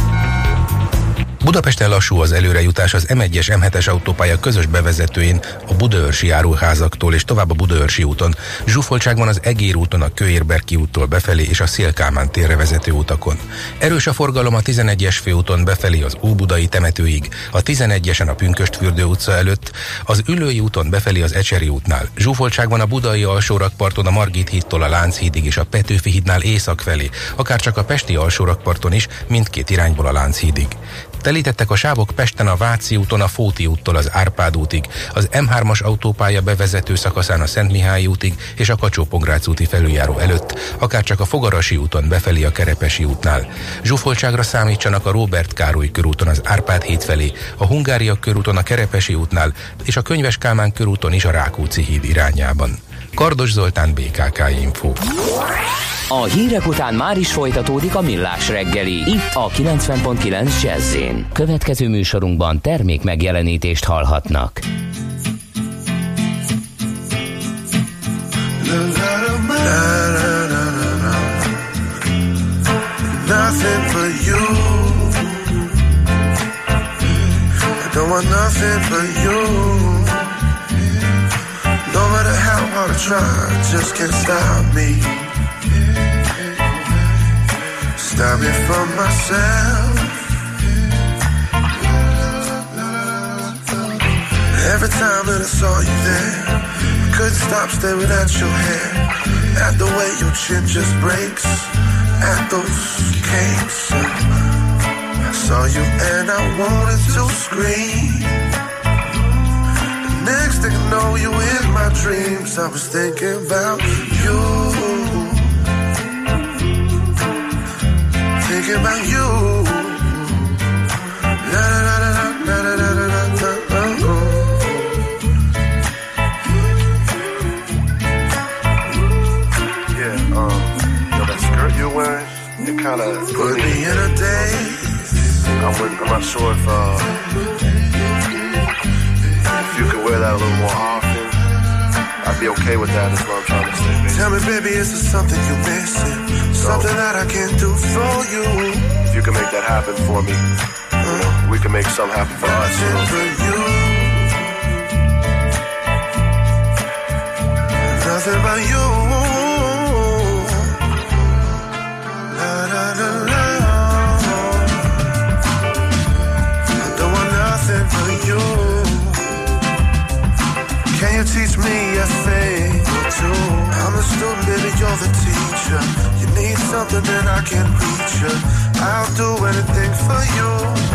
Budapesten lassú az előrejutás az M1-es M7-es autópálya közös bevezetőjén a budaörsi áruházaktól és tovább a Budaörsi úton. Zsúfoltság van az Egér úton a Kőérberki úttól befelé és a Széll-Kálmán térre vezető utakon. Erős a forgalom a 11-es főúton befelé az Óbudai temetőig, a 11-esen a Pünkösdfürdő utca előtt, az Üllői úton befelé az Ecseri útnál. Zsúfoltság van a Budai alsórakparton a Margit hídtól a Lánchídig és a Petőfi hídnál észak felé, akár csak a pesti alsórakparton is mindkét irányból a Lánchídig. Telítettek a sávok Pesten a Váci úton a Fóti úttól az Árpád útig, az M3-as autópálya bevezető szakaszán a Szentmihályi útig és a Kacsó-Pongrác úti felüljáró előtt, akárcsak a Fogarasi úton befelé a Kerepesi útnál. Zsúfoltságra számítsanak a Róbert Károly körúton az Árpád híd felé, a Hungária körúton a Kerepesi útnál és a Könyves Kálmán körúton is a Rákóczi híd irányában. Kardos Zoltán, BKK Info.
A hírek után már is folytatódik a Millás reggeli, itt a 90.9 Jazz-én. Következő műsorunkban termék megjelenítést hallhatnak.
Nothing but you. I don't want nothing but you. No matter how hard I try, just can't stop me. Stop me from myself. Every time that I saw you there, I couldn't stop staring at your hair, at the way your chin just breaks, at those capes. I saw you and I wanted to scream. Next thing I know, you in my dreams. I was thinking about you, thinking about you. La la la la la la la la la la. Yeah, yo, that skirt you're wearing, it kind of put me in a daze. I'm not sure if you could wear that a little more often, I'd be okay with that. That's what I'm trying to say, baby. Tell me, baby, is there something you're missing? Something that I can do for you? If you can make that happen for me, we can make something happen for us. For you. Nothing but you. La, la, la, la. I don't want nothing but you. Can you teach me a thing or two? I'm the student, baby, you're the teacher. You need something, then I can reach you. I'll do anything for you.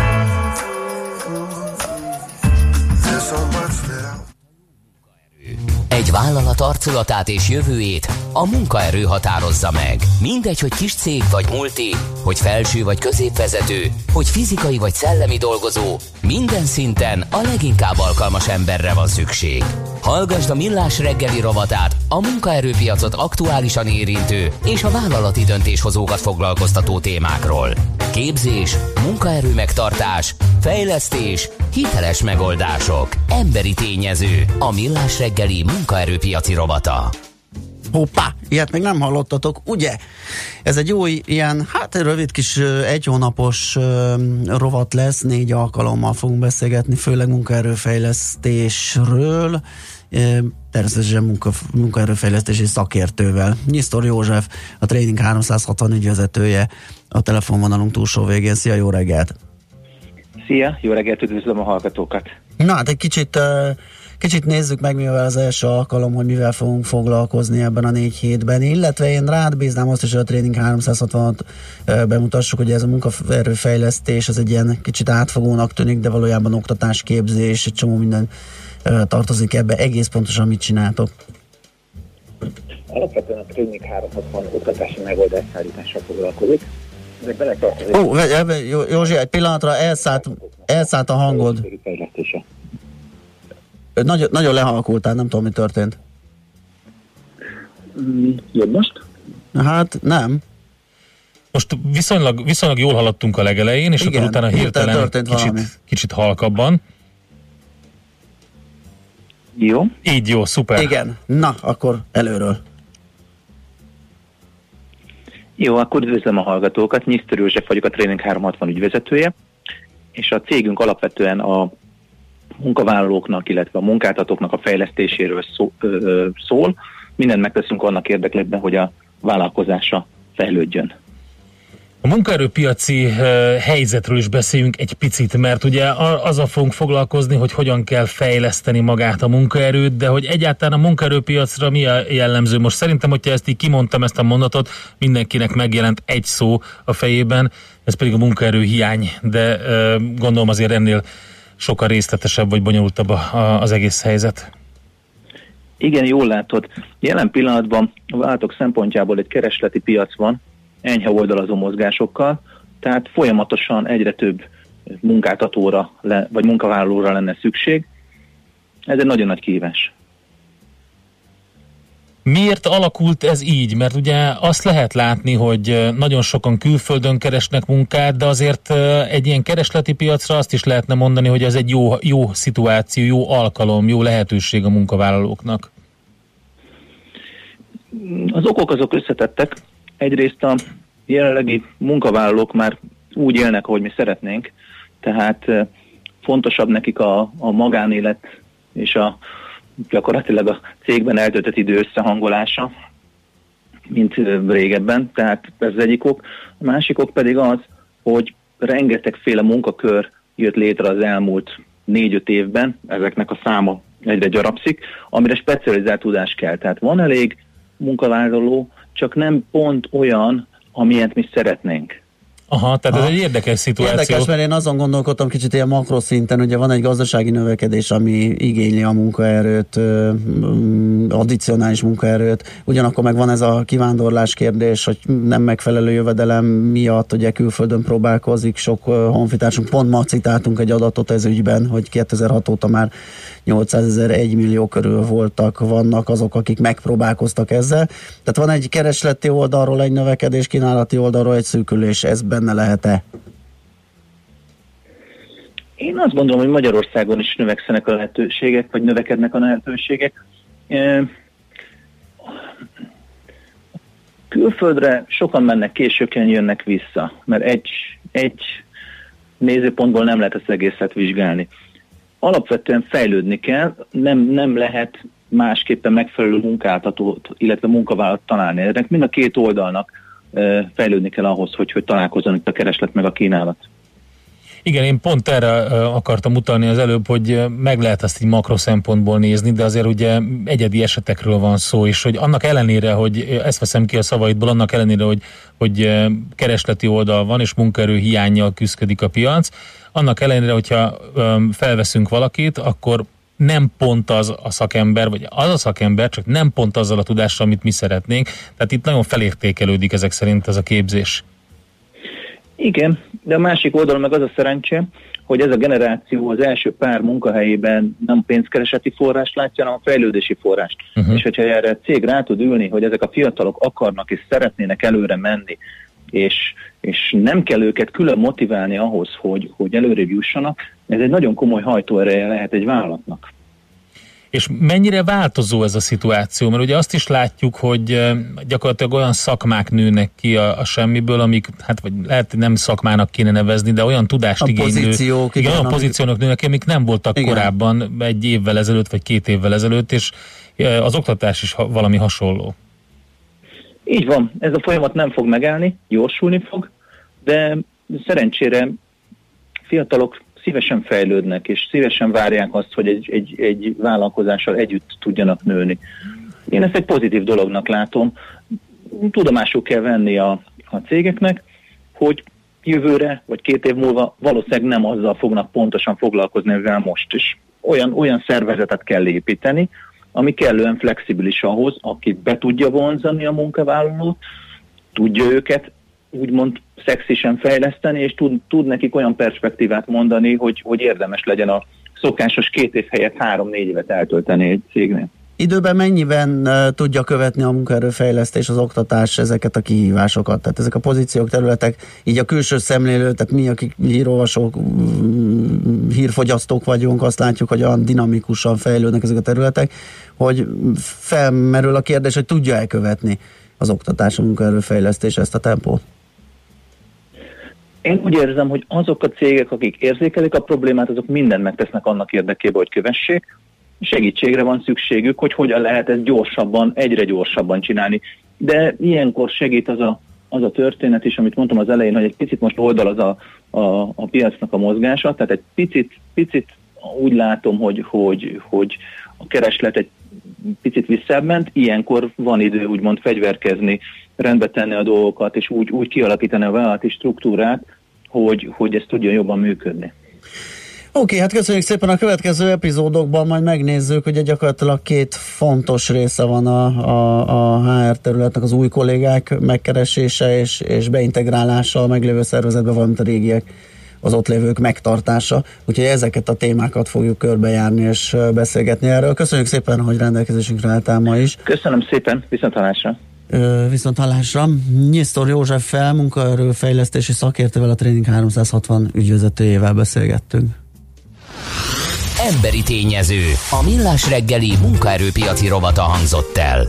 There's so much that I...
Egy vállalat arculatát és jövőjét a munkaerő határozza meg. Mindegy, hogy kis cég vagy multi, hogy felső vagy középvezető, hogy fizikai vagy szellemi dolgozó, minden szinten a leginkább alkalmas emberre van szükség. Hallgasd a Millás reggeli rovatát, a munkaerőpiacot aktuálisan érintő és a vállalati döntéshozókat foglalkoztató témákról. Képzés, munkaerő megtartás, fejlesztés, hiteles megoldások, emberi tényező, a Millás reggeli munkaerőpiaci rovata.
Hoppá, ilyet még nem hallottatok, ugye? Ez egy jó ilyen, hát rövid kis egy hónapos rovat lesz, 4 alkalommal fogunk beszélgetni, főleg munkaerőfejlesztésről, természetesen munkaerőfejlesztési szakértővel. Nyisztor József, a Training 360 ügyvezetője, a telefonvonalunk túlsó végén. Szia, jó reggelt!
Szia, jó reggelt, üdvözlöm a hallgatókat!
Na, hát egy kicsit nézzük meg, mivel az első alkalom, hogy mivel fogunk foglalkozni ebben a 4 hétben, illetve én rád bíznám azt is, hogy a Training 360-at bemutassuk, hogy ez a munkaerőfejlesztés, ez egy ilyen kicsit átfogónak tűnik, de valójában oktatás, képzés, egy csomó minden tartozik ebbe. Egész pontosan mit csináltok?
Alapvetően a Training 360 oktatási megoldás szállítással foglalkozik. Ezek beletartozik.
Józsi, egy pillanatra elszállt a hangod. Nagyon lehalkultál, nem tudom, mi történt.
Jobb most?
Hát nem.
Most viszonylag jól haladtunk a legelején, és igen, akkor utána hirtelen kicsit halkabban.
Jó.
Így jó, szuper.
Igen, na, akkor előről.
Jó, akkor üdvözlöm a hallgatókat. Nyisztor József vagyok, a Training 360 ügyvezetője, és a cégünk alapvetően a munkavállalóknak, illetve a munkáltatóknak a fejlesztéséről szól. Mindent megteszünk annak érdekében, hogy a vállalkozása fejlődjön.
A munkaerőpiaci helyzetről is beszéljünk egy picit, mert ugye azzal fogunk foglalkozni, hogy hogyan kell fejleszteni magát a munkaerőt, de hogy egyáltalán a munkaerőpiacra mi a jellemző. Most szerintem, hogyha ezt így kimondtam, ezt a mondatot, mindenkinek megjelent egy szó a fejében, ez pedig a munkaerőhiány, de gondolom azért ennél sokkal részletesebb vagy bonyolultabb az egész helyzet.
Igen, jól látod. Jelen pillanatban a vállalatok szempontjából egy keresleti piac van, enyhe oldalazó mozgásokkal, tehát folyamatosan egyre több munkáltatóra vagy munkavállalóra lenne szükség. Ez egy nagyon nagy kihívás.
Miért alakult ez így? Mert ugye azt lehet látni, hogy nagyon sokan külföldön keresnek munkát, de azért egy ilyen keresleti piacra azt is lehetne mondani, hogy ez egy jó szituáció, jó alkalom, jó lehetőség a munkavállalóknak.
Az okok azok összetettek. Egyrészt a jelenlegi munkavállalók már úgy élnek, ahogy mi szeretnénk, tehát fontosabb nekik a magánélet és gyakorlatilag a cégben eltöltött idő összehangolása, mint régebben, tehát ez az egyik ok. A másik ok pedig az, hogy rengetegféle munkakör jött létre az elmúlt 4-5 évben, ezeknek a száma egyre gyarapszik, amire specializált tudás kell. Tehát van elég munkavállaló, csak nem pont olyan, amilyet mi szeretnénk.
Aha, tehát ez egy érdekes szituáció.
Érdekes, mert én azon gondolkodtam kicsit ilyen makroszinten, ugye van egy gazdasági növekedés, ami igényli a munkaerőt, addicionális munkaerőt, ugyanakkor meg van ez a kivándorlás kérdés, hogy nem megfelelő jövedelem miatt, ugye külföldön próbálkozik sok honfitársunk, pont ma citáltunk egy adatot ez ügyben, hogy 2006 óta már 800 000, 1 millió körül vannak azok, akik megpróbálkoztak ezzel. Tehát van egy keresleti oldalról egy növekedés, kínálati oldalról egy szűkülés, ez benne lehet-e?
Én azt gondolom, hogy Magyarországon is növekszenek a lehetőségek, vagy növekednek a lehetőségek. Külföldre sokan mennek, későbben jönnek vissza, mert egy nézőpontból nem lehet ezt egészet vizsgálni. Alapvetően fejlődni kell, nem lehet másképpen megfelelő munkáltatót, illetve munkavállalat találni. Ennek mind a két oldalnak fejlődni kell ahhoz, hogy találkozzon itt a kereslet meg a kínálat.
Igen, én pont erre akartam utalni az előbb, hogy meg lehet ezt így makro szempontból nézni, de azért ugye egyedi esetekről van szó, és hogy annak ellenére, hogy ezt veszem ki a szavaidból, annak ellenére, hogy keresleti oldal van, és munkaerő hiánnyal küszködik a piac, annak ellenére, hogyha felveszünk valakit, akkor nem pont az a szakember, vagy az a szakember, csak nem pont azzal a tudással, amit mi szeretnénk. Tehát itt nagyon felértékelődik ezek szerint ez a képzés.
Igen, de a másik oldalon meg az a szerencse, hogy ez a generáció az első pár munkahelyében nem pénzkereseti forrást látja, hanem a fejlődési forrást. És hogyha erre a cég rá tud ülni, hogy ezek a fiatalok akarnak és szeretnének előre menni, és nem kell őket külön motiválni ahhoz, hogy előrébb jussanak, ez egy nagyon komoly hajtóereje lehet egy vállalatnak.
És mennyire változó ez a szituáció? Mert ugye azt is látjuk, hogy gyakorlatilag olyan szakmák nőnek ki a semmiből, amik, hát vagy lehet nem szakmának kéne nevezni, de olyan tudást igénylő, olyan pozíciók nőnek ki, amik nem voltak korábban 1 évvel ezelőtt, vagy 2 évvel ezelőtt, és az oktatás is valami hasonló.
Így van, ez a folyamat nem fog megállni, gyorsulni fog, de szerencsére fiatalok szívesen fejlődnek, és szívesen várják azt, hogy egy vállalkozással együtt tudjanak nőni. Én ezt egy pozitív dolognak látom. Tudomásul kell venni a cégeknek, hogy jövőre, vagy 2 év múlva valószínűleg nem azzal fognak pontosan foglalkozni, mivel most is. Olyan szervezetet kell építeni, ami kellően flexibilis ahhoz, aki be tudja vonzani a munkavállalót, tudja őket úgymond szexisen fejleszteni, és tud nekik olyan perspektívát mondani, hogy érdemes legyen a szokásos 2 év helyett 3-4 évet eltölteni egy cégnél. Időben
mennyiben tudja követni a munkaerőfejlesztés, az oktatás ezeket a kihívásokat? Tehát ezek a pozíciók, területek, így a külső szemlélő, tehát mi, akik hírolvasók, hírfogyasztók vagyunk, azt látjuk, hogy olyan dinamikusan fejlődnek ezek a területek, hogy felmerül a kérdés, hogy tudja-e követni az oktatás, a munkaerőfejlesztés ezt a tempót?
Én úgy érzem, hogy azok a cégek, akik érzékelik a problémát, azok mindent megtesznek annak érdekében, hogy kövessék. Segítségre van szükségük, hogy hogyan lehet ezt gyorsabban, egyre gyorsabban csinálni. De ilyenkor segít az az a történet is, amit mondtam az elején, hogy egy picit most oldalaz a piacnak a mozgása, tehát egy picit úgy látom, hogy a kereslet egy picit visszábbment, ilyenkor van idő úgymond fegyverkezni, rendbe tenni a dolgokat, és úgy kialakítani a vállalati struktúrát, hogy ez tudjon jobban működni.
Oké, hát köszönjük szépen, a következő epizódokban majd megnézzük, ugye gyakorlatilag 2 fontos része van a HR területnek, az új kollégák megkeresése és beintegrálása a meglévő szervezetbe, valamint a régiek, az ott lévők megtartása. Úgyhogy ezeket a témákat fogjuk körbejárni és beszélgetni erről. Köszönjük szépen, hogy rendelkezésünkre álltál ma is.
Köszönöm szépen, viszonthallásra.
Viszonthallásra. Nyisztor Józseffel, munkaerőfejlesztési szakértővel, a Training 360 ügyvezetőjével beszélgettünk.
Emberi tényező, a Millás reggeli munkaerőpiaci rovata hangzott el.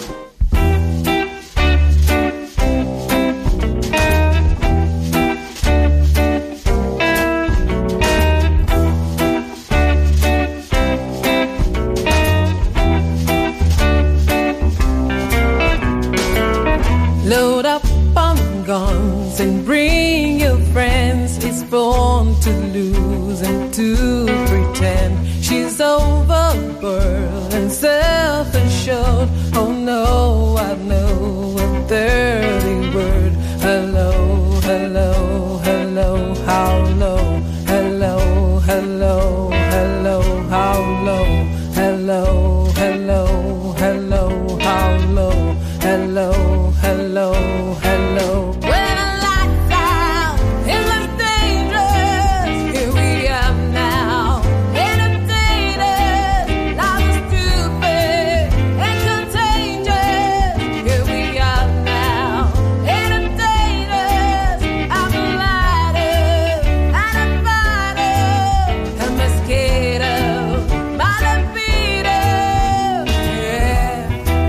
Load up on guns and bring your friends. It's born to lose and to pretend. She's overburdened and self-assured. Oh no, I know a dirty word. Hello, hello, hello, how low? Hello, hello, hello, how low? Hello, hello, hello, how low? Hello, hello, hello. When the lights out, it looks dangerous. Here we are now, entertainers, not stupid and contagious. Here we are now, entertainers, outlighters, and a fighter, a mosquito, by the beater, yeah.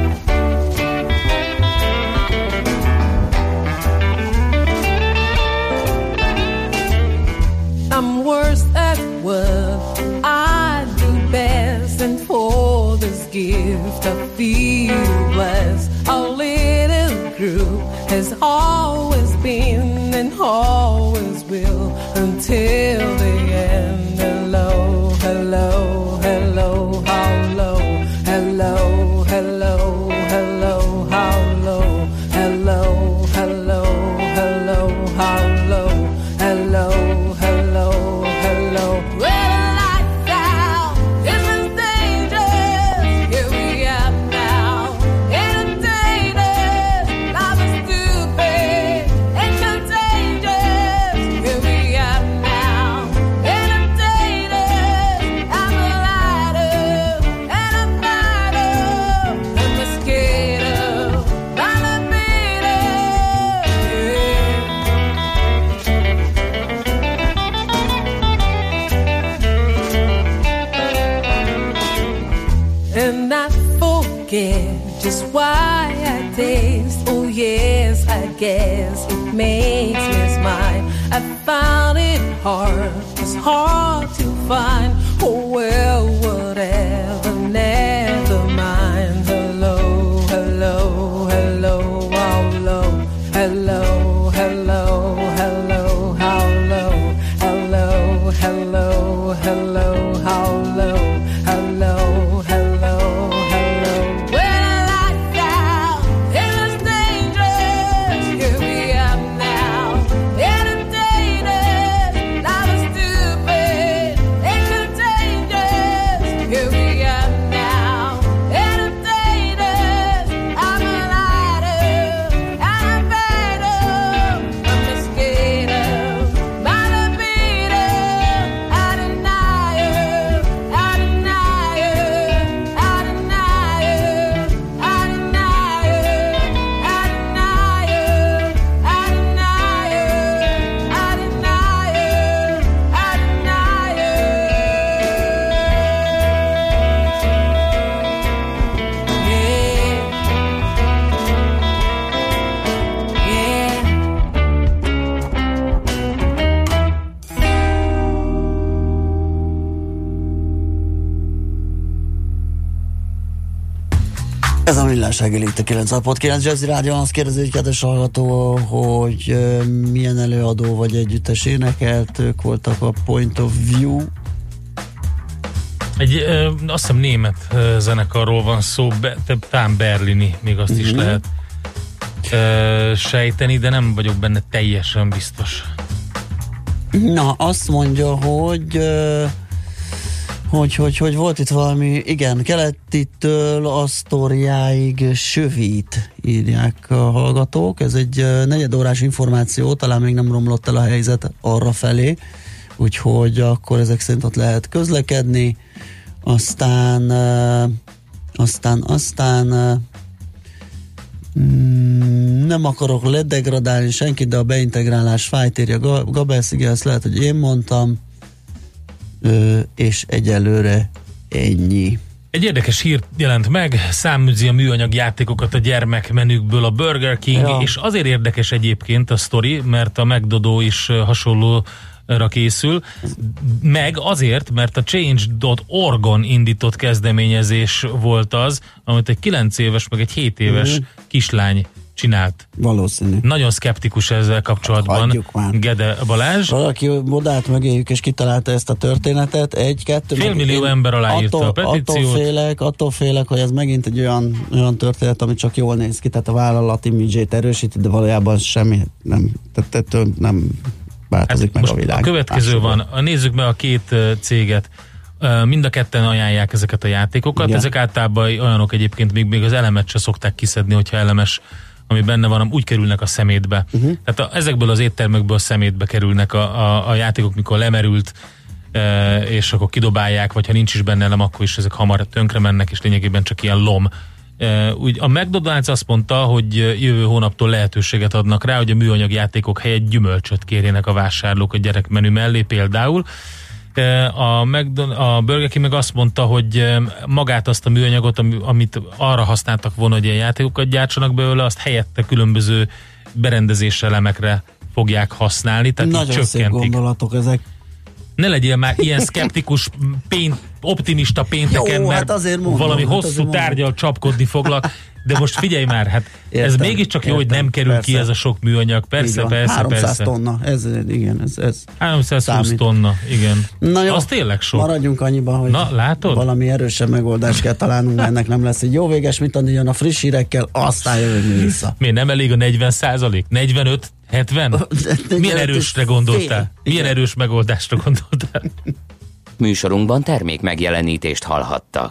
I'm worse at what I do best, and for this gift I feel blessed. Our little group has always been and always will until the end. Hello, hello, hello, how low? Hello, hello, hello, how low? Hello, hello, hello, how low? Hello, hello, hello. When the lights out, it's dangerous. Here we are now, entertainers, not stupid and contagious. Here we are now, entertainers, I'm a lighter and a fighter, a mosquito, by the beater, yeah. And I forget just why I taste. Oh yes, I guess it makes me smile. I found it hard, it's hard to find. Oh well, whatever, never mind. Hello, hello, hello, how low? Hello, hello, hello, how low? Hello, hello, hello, how low? Hello, hello, hello. When the lights out, it looks dangerous. Here we are now, entertainers, not stupid and contagious.
Ez a Millás reggeli itt a 9.9 Jazzy Rádion. Azt kérdezi egy kedves hallgató, hogy milyen előadó vagy együttes énekelt, ők voltak a Point of View.
Egy azt hiszem német zenekarról van szó, talán berlini, még azt is lehet sejteni, de nem vagyok benne teljesen biztos.
Na, azt mondja, hogy volt itt valami, igen, Keletitől Asztóriáig sövít, írják a hallgatók. Ez egy negyedórás információ, talán még nem romlott el a helyzet arra felé, úgyhogy akkor ezek szerint ott lehet közlekedni. Aztán nem akarok ledegradálni senkit, de a beintegrálás fájt, írja Gabelsz, igen, ezt lehet, hogy én mondtam, és egyelőre ennyi.
Egy érdekes hír jelent meg, száműzi a műanyag játékokat a gyermekmenükből a Burger King, és azért érdekes egyébként a sztori, mert a McDodo is hasonlóra készül, meg azért, mert a Change.org-on indított kezdeményezés volt az, amit egy 9 éves, meg egy 7 éves kislány csinált.
Valószínű.
Nagyon szkeptikus ezzel kapcsolatban Gede Balázs.
Valaki odállt mögéjük és kitalálta ezt a történetet. 1-2
500 000 ember aláírta a petíciót. Attól félek, hogy ez megint egy olyan történet, ami csak jól néz ki, tehát a vállalat imidzsét erősíti, de valójában semmi nem, tehát nem változik meg a világ. A következő van, nézzük meg a két céget. Mind a ketten ajánlják ezeket a játékokat. Igen. Ezek általában olyanok egyébként, még az elemet se szokták kiszedni, hogyha elemes, ami benne van, úgy kerülnek a szemétbe. Tehát ezekből az éttermekből szemétbe kerülnek a játékok, mikor lemerült, és akkor kidobálják, vagy ha nincs is benne elem, akkor is ezek hamar tönkre mennek, és lényegében csak ilyen lom. Úgy a McDonald's azt mondta, hogy jövő hónaptól lehetőséget adnak rá, hogy a műanyag játékok helyett gyümölcsöt kérjenek a vásárlók a gyerekmenü mellé például. A Burger King meg azt mondta, hogy magát azt a műanyagot, amit arra használtak volna, hogy ilyen játékokat gyártsanak belőle, azt helyette különböző berendezésre, elemekre fogják használni. Tehát
nagyon szép gondolatok ezek.
Ne legyél már ilyen szkeptikus, optimista pénteken,
jó,
mert
hát
valami hosszú tárgyal csapkodni foglak. De most figyelj már, hát értem, ez mégiscsak jó, hogy nem kerül ki ez a sok műanyag. Persze.
300 tonna, ez
320
számít.
Tonna, igen.
Na jó,
az tényleg sok.
Maradjunk annyiban, hogy valami erősebb megoldást kell találnunk, mert ennek nem lesz egy jó véges, mit adni, jön a friss hírekkel, aztán jövünk vissza.
Miért nem elég a 40%? 45? 70? Milyen erősre gondoltál? Milyen erős megoldásra gondoltál?
Műsorunkban termék megjelenítést hallhattak.